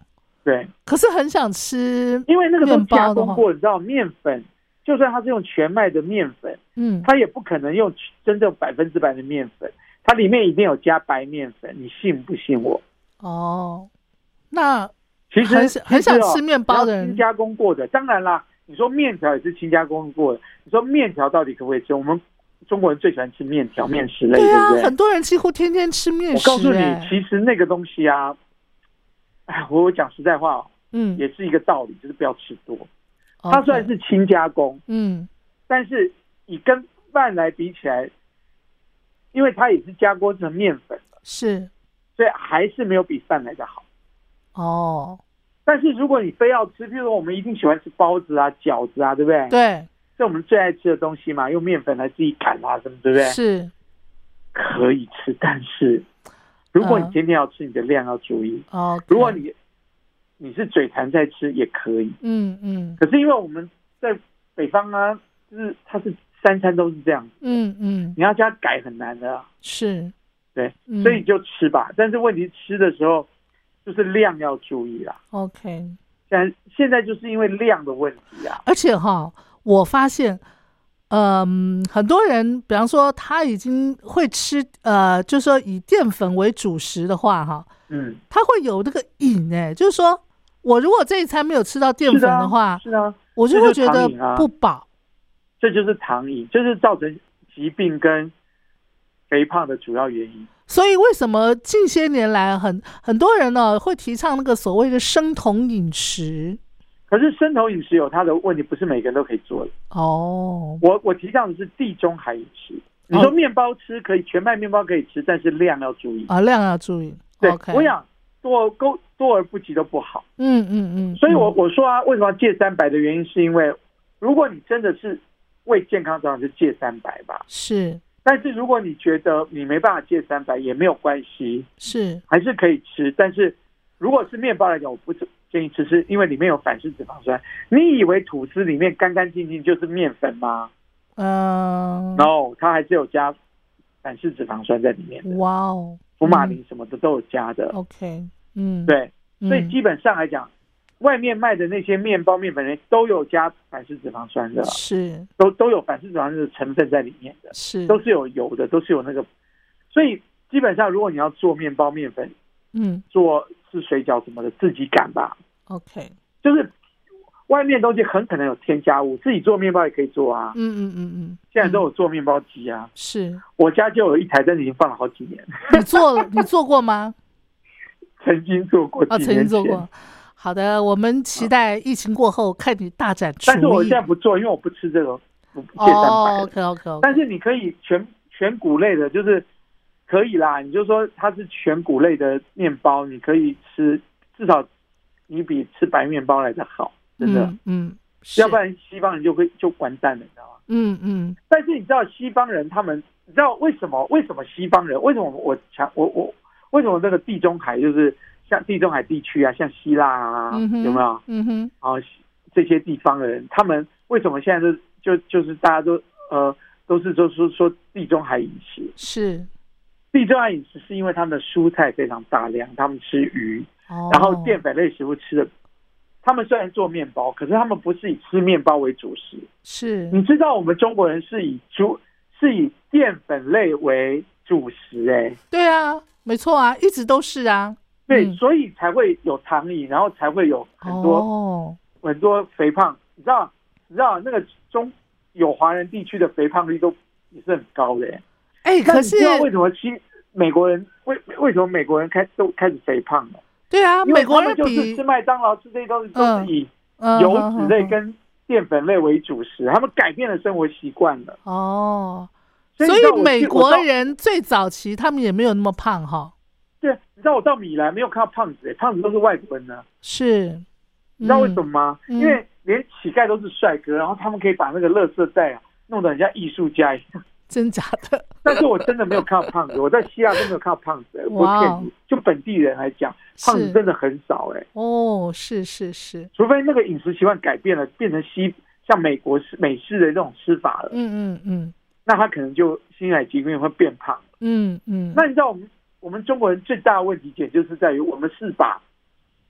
对， 可是很想吃， 因为那个都加工过，你知道面粉，就算它是用全麦的面粉， 嗯， 它也不可能用真正百分之百的面粉，它里面一定有加白面粉，你信不信我？ 哦，那其实很很想吃面包的人， 轻加工过的，当然啦，你说面条也是轻加工过的，你说面条到底可不可以吃？我们中国人最喜欢吃面条、面食类， 对啊， 对不对？ 很多人几乎天天吃面食。 我告诉你，其实那个东西啊，哎，我讲实在话， 嗯， 也是一个道理，就是不要吃多。它虽然是轻加工， 嗯， 但是以跟饭来比起来，因为它也是加工成面粉， 是， 所以还是没有比饭来的好。 哦， 但是如果你非要吃，譬如说我们一定喜欢吃包子啊、饺子啊，对不对？ 对， 这我们最爱吃的东西嘛，用面粉来自己擀啊，什么对不对？ 是， 可以吃，但是如果你今天要吃，你的量要注意。 哦、 如果你你是嘴馋在吃也可以， 嗯嗯。 可是因为我们在北方啊，就是它是三餐都是这样子， 嗯嗯， 你要加改很难的、啊， 是， 对， 嗯、 所以你就吃吧。但是问题吃的时候，就是量要注意啦。 OK， 现在现在就是因为量的问题啊， 而且哈，我发现。嗯，很多人，比方说他已经会吃，呃，就是说以淀粉为主食的话，哈， 嗯， 他会有那个瘾，哎，就是说我如果这一餐没有吃到淀粉的话， 是啊，是啊我就会觉得不饱。 这就是糖瘾，这就是造成疾病跟肥胖的主要原因。 所以为什么近些年来很很多人呢会提倡那个所谓的生酮饮食？ 可是生酮饮食有它的问题，不是每个人都可以做的。 哦， 我我提倡的是地中海饮食。你说面包吃可以，全麦面包可以吃，但是量要注意啊，量要注意。 对， okay. 我想多多多而不及都不好。 嗯嗯嗯。 所以我我说啊，为什么要戒三白的原因，是因为如果你真的是为健康着想，就戒三白吧。 是。 但是如果你觉得你没办法戒三白，也没有关系， 是还是可以吃。但是如果是面包来讲，我不建议吃，是因为里面有反式脂肪酸。你以为吐司里面干干净净就是面粉吗？ 嗯、uh, ，no， 它还是有加反式脂肪酸在里面的。 哇哦， 福马林什么的都有加的。 OK， 嗯， 对，所以基本上来讲，嗯、外面卖的那些面包、面粉类都有加反式脂肪酸的， 是， 都都有反式脂肪酸的成分在里面的， 是， 都是有油的，都是有那个。所以基本上，如果你要做面包、面粉， 嗯，做吃水饺什么的，自己擀吧。 OK， 就是外面东西很可能有添加物，自己做面包也可以做啊。 嗯嗯嗯嗯， 现在都有做面包机啊。 是， 我家就有一台，但是已经放了好几年。 你做了？你做过吗？ 曾经做过几年前， 啊，曾经做过。好的，我们期待疫情过后看你大展厨艺。 但是我现在不做，因为我不吃这种，不戒蛋白。 哦 ，OK OK。 但是你可以全全谷类的，就是可以啦。你就说它是全谷类的面包，你可以吃，至少你比吃白面包来的好，真的。嗯，嗯要不然西方人就会就完蛋了，你知道吗？ 嗯嗯。 但是你知道西方人他们，你知道为什么？为什么西方人？为什么我强我我为什么那个地中海就是像地中海地区啊，像希腊啊， 嗯、 有没有？ 嗯哼。 啊，这些地方的人，他们为什么现在都就就是大家都呃都是都说说地中海饮食？ 是地中海饮食是因为他们的蔬菜非常大量，他们吃鱼， 哦、 然后淀粉类食物吃的。他们虽然做面包，可是他们不是以吃面包为主食。 是， 你知道我们中国人是以主是以淀粉类为主食、欸，哎， 对啊，没错啊，一直都是啊。 对， 嗯、 所以才会有糖瘾，然后才会有很多、 哦、 很多肥胖。你知道，你知道那个中有华人地区的肥胖率都也是很高的、欸。 哎、欸，可是你知道为什么西美国人为为什么美国人开都开始肥胖了？ 对啊， 因为他们美国人就是吃麦当劳吃这些东西都是以油脂类跟淀粉类为主食，嗯、他们改变了生活习惯了。 哦， 所以, 所以美国人最早期他们也没有那么胖哈。 对，你知道我到米兰没有看到胖子、欸，胖子都是外国人呢。 是，嗯、 你知道为什么吗？ 嗯、 因为连乞丐都是帅哥，然后他们可以把那个垃圾袋啊弄得很像艺术家一样。 真假的？ 但是我真的没有看到胖子，我在希腊都没有看到胖子、欸，我不骗你。就本地人来讲，胖子真的很少哎、欸。 哦，是是是， 除非那个饮食习惯改变了，变成西像美国式美式的这种吃法了。 嗯嗯嗯， 那他可能就心海疾病会变胖。 嗯嗯。 那你知道我们我们中国人最大的问题点就是在于我们是把，因为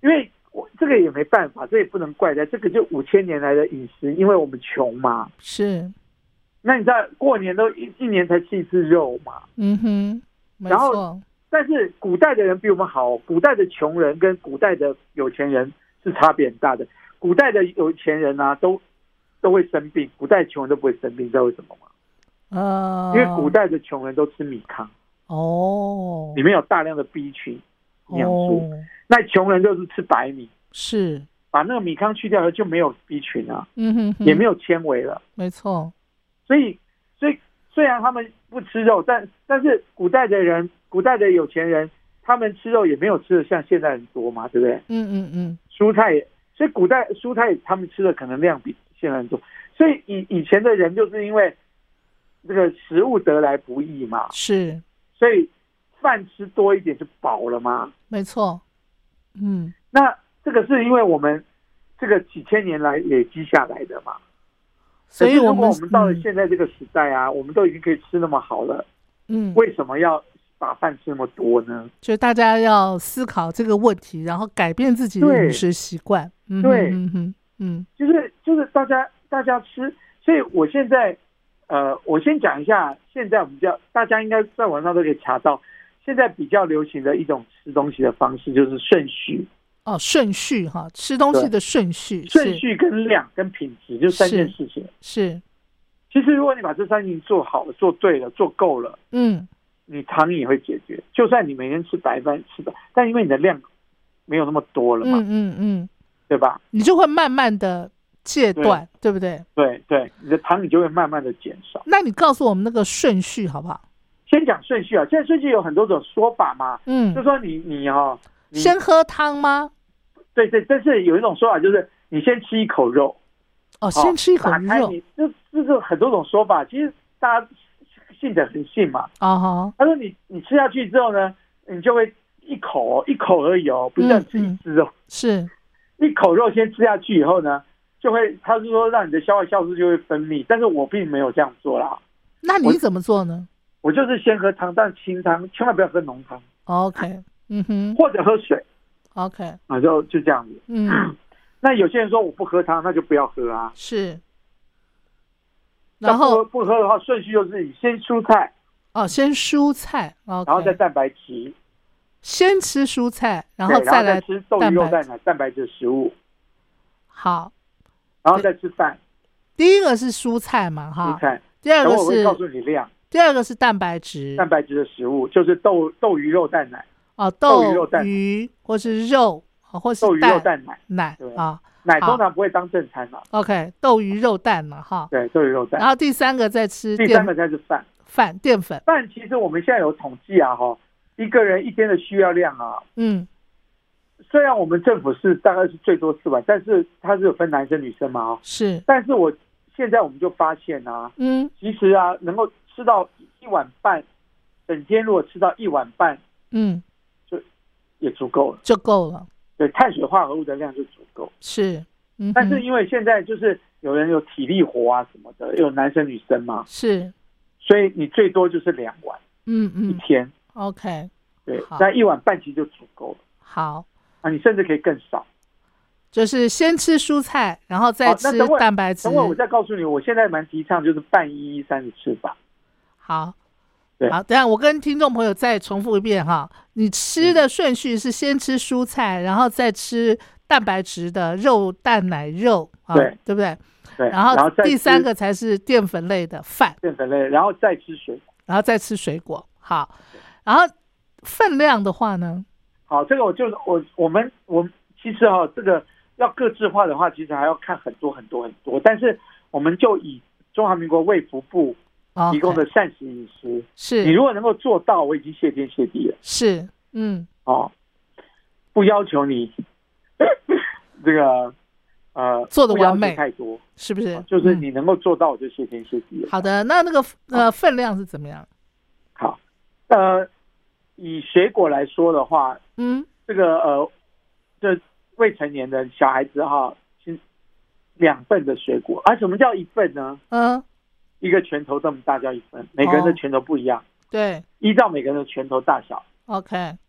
我这个也没办法，这也不能怪他，这个就五千年来的饮食，因为我们穷嘛。 是。 那你知道过年都一一年才吃一次肉嘛？ 嗯哼，没然后错。 但是古代的人比我们好，古代的穷人跟古代的有钱人是差别很大的。古代的有钱人啊，都都会生病，古代穷人都不会生病，你知道为什么吗？ 呃， 因为古代的穷人都吃米糠， 哦， 里面有大量的 B 群营养素。 哦， 那穷人就是吃白米， 是， 把那个米糠去掉了就没有 B 群啊， 嗯哼哼， 也没有纤维了。 没错。 所以，所以虽然他们不吃肉，但但是古代的人，古代的有钱人，他们吃肉也没有吃的像现在人多嘛，对不对？ 嗯嗯嗯， 蔬菜也，所以古代蔬菜他们吃的可能量比现在人多。所以以以前的人就是因为这个食物得来不易嘛， 是， 所以饭吃多一点就饱了嘛。 没错。嗯， 那这个是因为我们这个几千年来累积下来的嘛。 所以我们如果我们到了现在这个时代啊，嗯、我们都已经可以吃那么好了， 嗯， 为什么要把饭吃那么多呢？ 就大家要思考这个问题，然后改变自己的饮食习惯。嗯， 对， 嗯嗯嗯， 就是就是大家大家吃，所以我现在呃，我先讲一下，现在我们叫大家应该在网上都可以查到，现在比较流行的一种吃东西的方式就是顺序。 哦，顺序哈，吃东西的顺序， 顺序跟量跟品质就三件事情。 是， 其实如果你把这三件做好了、做对了、做够了， 嗯， 你糖也会解决。就算你每天吃白饭吃的，但因为你的量没有那么多了嘛， 嗯嗯嗯， 对吧？ 你就会慢慢的戒断， 对, 对不对？ 对对，你的糖你就会慢慢的减少。 那你告诉我们那个顺序好不好？ 先讲顺序啊，现在顺序有很多种说法嘛， 嗯， 就说你你哦，你先喝汤吗？ 对对，但是有一种说法就是你先吃一口肉， 哦，先吃一口肉， 这这是很多种说法，其实大家信者很信嘛。 啊哈， 他说你你吃下去之后呢，你就会一口、哦、一口而已哦，不是要吃一只肉， 嗯嗯、是一口肉先吃下去以后呢，就会他是说让你的消化酵素就会分泌，但是我并没有这样做啦。 那你怎么做呢？ 我, 我就是先喝汤，但清汤，千万不要喝浓汤。 OK， 嗯哼， 或者喝水。 OK， 啊，就就这样子。 嗯， 那有些人说我不喝汤，那就不要喝啊。 是。然后不喝的话，顺序就是你先蔬菜。 哦，先蔬菜， okay, 然后再蛋白质。 先吃蔬菜，然后再来吃豆鱼肉蛋奶蛋白质食物。 好， 然后再吃饭。 第一个是蔬菜嘛，哈。 蔬菜。 第二个是， 我会告诉你量。 第二个是蛋白质。 蛋白质的食物就是豆豆鱼肉蛋奶。 哦，豆鱼肉蛋鱼或是肉，或是豆鱼肉蛋奶奶啊， 奶通常不会当正餐嘛。 OK， 豆鱼肉蛋嘛，哈。 对，豆鱼肉蛋。 然后第三个再吃， 第三个再是饭， 饭淀粉。 饭其实我们现在有统计啊，哈，一个人一天的需要量啊， 嗯， 虽然我们政府是大概是最多四碗，但是它是有分男生女生嘛，哦， 是。 但是我现在我们就发现啊， 嗯， 其实啊，能够吃到一碗半，整天如果吃到一碗半， 嗯。 也足够了， 就够了。 对，碳水化合物的量就足够。 是，嗯， 但是因为现在就是有人有体力活啊什么的，有男生女生嘛， 是， 所以你最多就是两碗， 嗯嗯， 一天。 OK， 对，那一碗半其实就足够了。 好， 啊，你甚至可以更少， 就是先吃蔬菜，然后再吃蛋白质。 等会我再告诉你，我现在蛮提倡就是半一一三的吃法。 好。好，等一下我跟听众朋友再重复一遍哈。你吃的顺序是先吃蔬菜，然后再吃蛋白质的肉、蛋、奶、肉，啊， 对， 对不对？ 对。 然后第三个才是淀粉类的饭， 淀粉类，然后再吃水果， 然后再吃水果。好，然后分量的话呢？ 好，这个我就我我们我们其实哈，这个要个制化的话，其实还要看很多很多很多，但是我们就以中华民国卫福部提供的膳食饮食， okay, 是你如果能够做到，我已经谢天谢地了。 是，嗯， 哦，不要求你这个呃做的完美太多， 是不是？ 哦，就是你能够做到，我就谢天谢地了。 好的，那那个呃分量是怎么样？ 好，呃，以水果来说的话， 嗯， 这个呃，这未成年的小孩子哈，两份的水果，而、啊、什么叫一份呢？ 嗯。 一个拳头这么大叫一份，每个人的拳头不一样， 哦，对， 依照每个人的拳头大小 ，OK，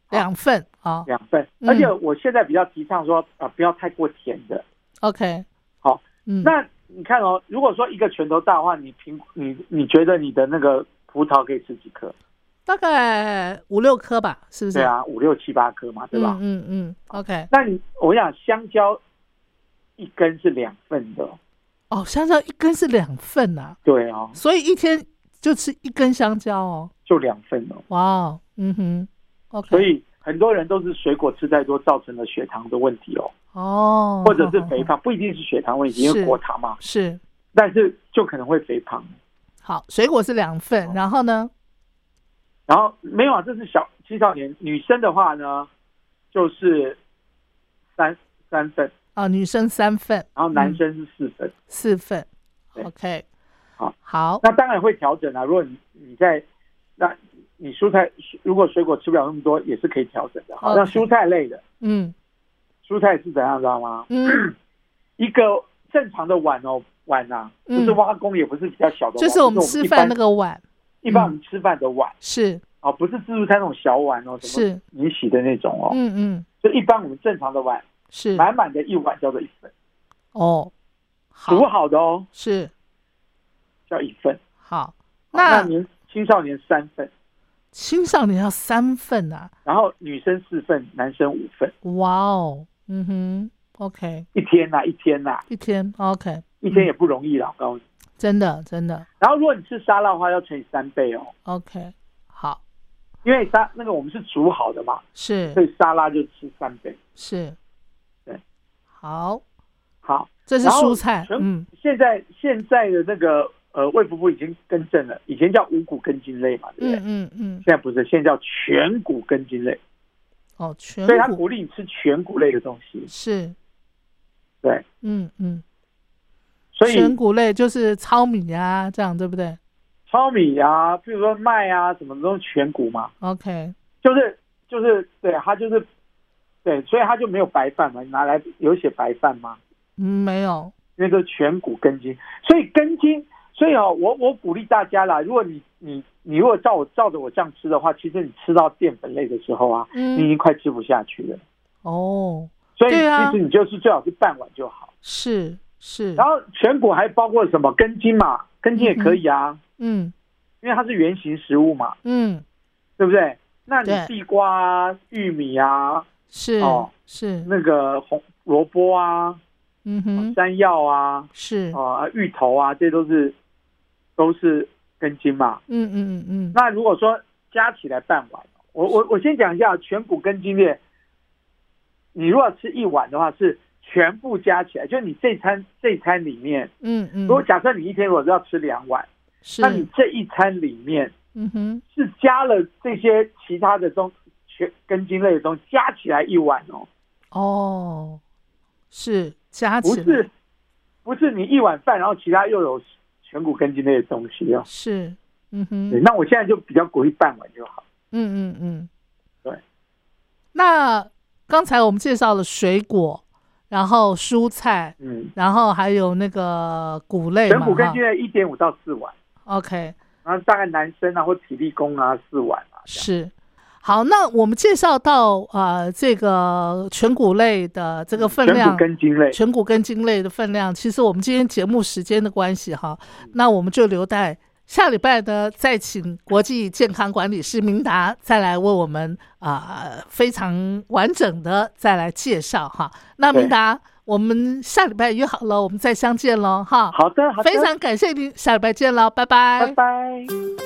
两份啊， 两份。 嗯而且我现在比较提倡说啊、呃，不要太过甜的。 OK， 好， 嗯， 那你看哦，如果说一个拳头大的话，你评你你觉得你的那个葡萄可以吃几颗？ 大概五六颗吧，是不是？ 对啊，五六七八颗嘛，对吧？ 嗯嗯嗯 ，OK。 那你我想香蕉一根是两份的。 哦，香蕉一根是两份啊， 对哦， 所以一天就吃一根香蕉哦。 就两份哦。 哇哦，嗯哼 ，OK。 所以很多人都是水果吃太多造成了血糖的问题哦， 哦， 或者是肥胖，不一定是血糖问题，因为果糖嘛， 是， 但是就可能会肥胖。 好，水果是两份，然后呢？ 然后没有啊，这是小青少年，女生的话呢，就是三三份啊，女生三份， 然后男生是四份， 嗯、四份。 对 OK， 好， 好， 那当然会调整啊。如果你你在那你蔬菜如果水果吃不了那么多，也是可以调整的。好， Okay 那蔬菜类的， 嗯， 蔬菜是怎样知道吗？ 嗯， 一个正常的碗哦，碗啊，不是挖工，也不是比较小的碗， 就是我们吃饭那个碗， 一般我们吃饭的碗、 嗯、是哦，不是自助餐那种小碗哦， 是你洗的那种哦， 嗯嗯， 就一般我们正常的碗是满满的一碗叫做一份哦， 煮好的哦， 是叫一份。 好， 那那年青少年三份， 青少年要三份啊， 然后女生四份，男生五份。 哇哦，嗯哼 ，OK， 一天呐、啊，一天呐、啊， 一天 OK， 一天也不容易啦，我告诉你。 真的真的。 然后如果你吃沙拉的话，要乘以三倍哦。 OK， 好， 因为沙那个我们是煮好的嘛， 是， 所以沙拉就吃三倍。 是， 对， 好， 好， 这是蔬菜。 嗯，现在现在的那个呃卫福部已经更正了，以前叫五谷根茎类嘛，对不对？ 嗯嗯嗯。 现在不是，现在叫全谷根茎类。 哦，全谷。 所以他鼓励你吃全谷类的东西。 是。 对。 嗯嗯。 所以全谷类就是糙米啊，这样对不对？ 糙米啊，比如说麦啊，什么都是全谷嘛。 OK， 就是就是对，它就是对，所以它就没有白饭嘛。你拿来有写白饭吗？ 嗯，没有， 因为都是全谷根茎，所以根茎，所以哦，我我鼓励大家啦，如果你你你如果照我照着我这样吃的话，其实你吃到淀粉类的时候啊，嗯、你已经快吃不下去了。 哦， 所以其实你就是最好是半碗就好。 是。是， 然后全谷还包括什么根茎嘛？根茎也可以啊， 嗯， 因为它是原型食物嘛， 嗯， 对不对？那你地瓜啊、玉米啊， 是哦， 是那个红萝卜啊， 嗯哼， 山药啊， 是啊、呃，芋头啊，这都是都是根茎嘛， 嗯嗯嗯嗯。 那如果说加起来半碗，我我我先讲一下全谷根茎类，你如果吃一碗的话是。全部加起来，就你这餐这餐里面， 嗯嗯， 如果假设你一天如果要吃两碗， 是， 那你这一餐里面， 嗯哼， 是加了这些其他的东全根茎类的东西加起来一碗哦。 哦，是加起来， 不是不是你一碗饭，然后其他又有全谷根茎类的东西哦。 是，嗯哼， 对，那我现在就比较鼓励半碗就好。 嗯嗯嗯， 对。 那刚才我们介绍了水果。然后蔬菜，嗯，然后还有那个谷类嘛， 全谷根茎类一点五到四碗 ，OK， 然后大概男生啊或体力工啊四碗啊， 是。好，那我们介绍到呃这个全谷类的这个分量， 全谷根茎类， 全谷根茎类的分量，其实我们今天节目时间的关系哈，嗯、那我们就留待下礼拜呢，再请国际健康管理师明达再来为我们啊、呃、非常完整的再来介绍哈。那明达，我们下礼拜约好了，我们再相见喽哈。 好的，好的， 非常感谢您，下礼拜见喽，拜拜， 拜拜。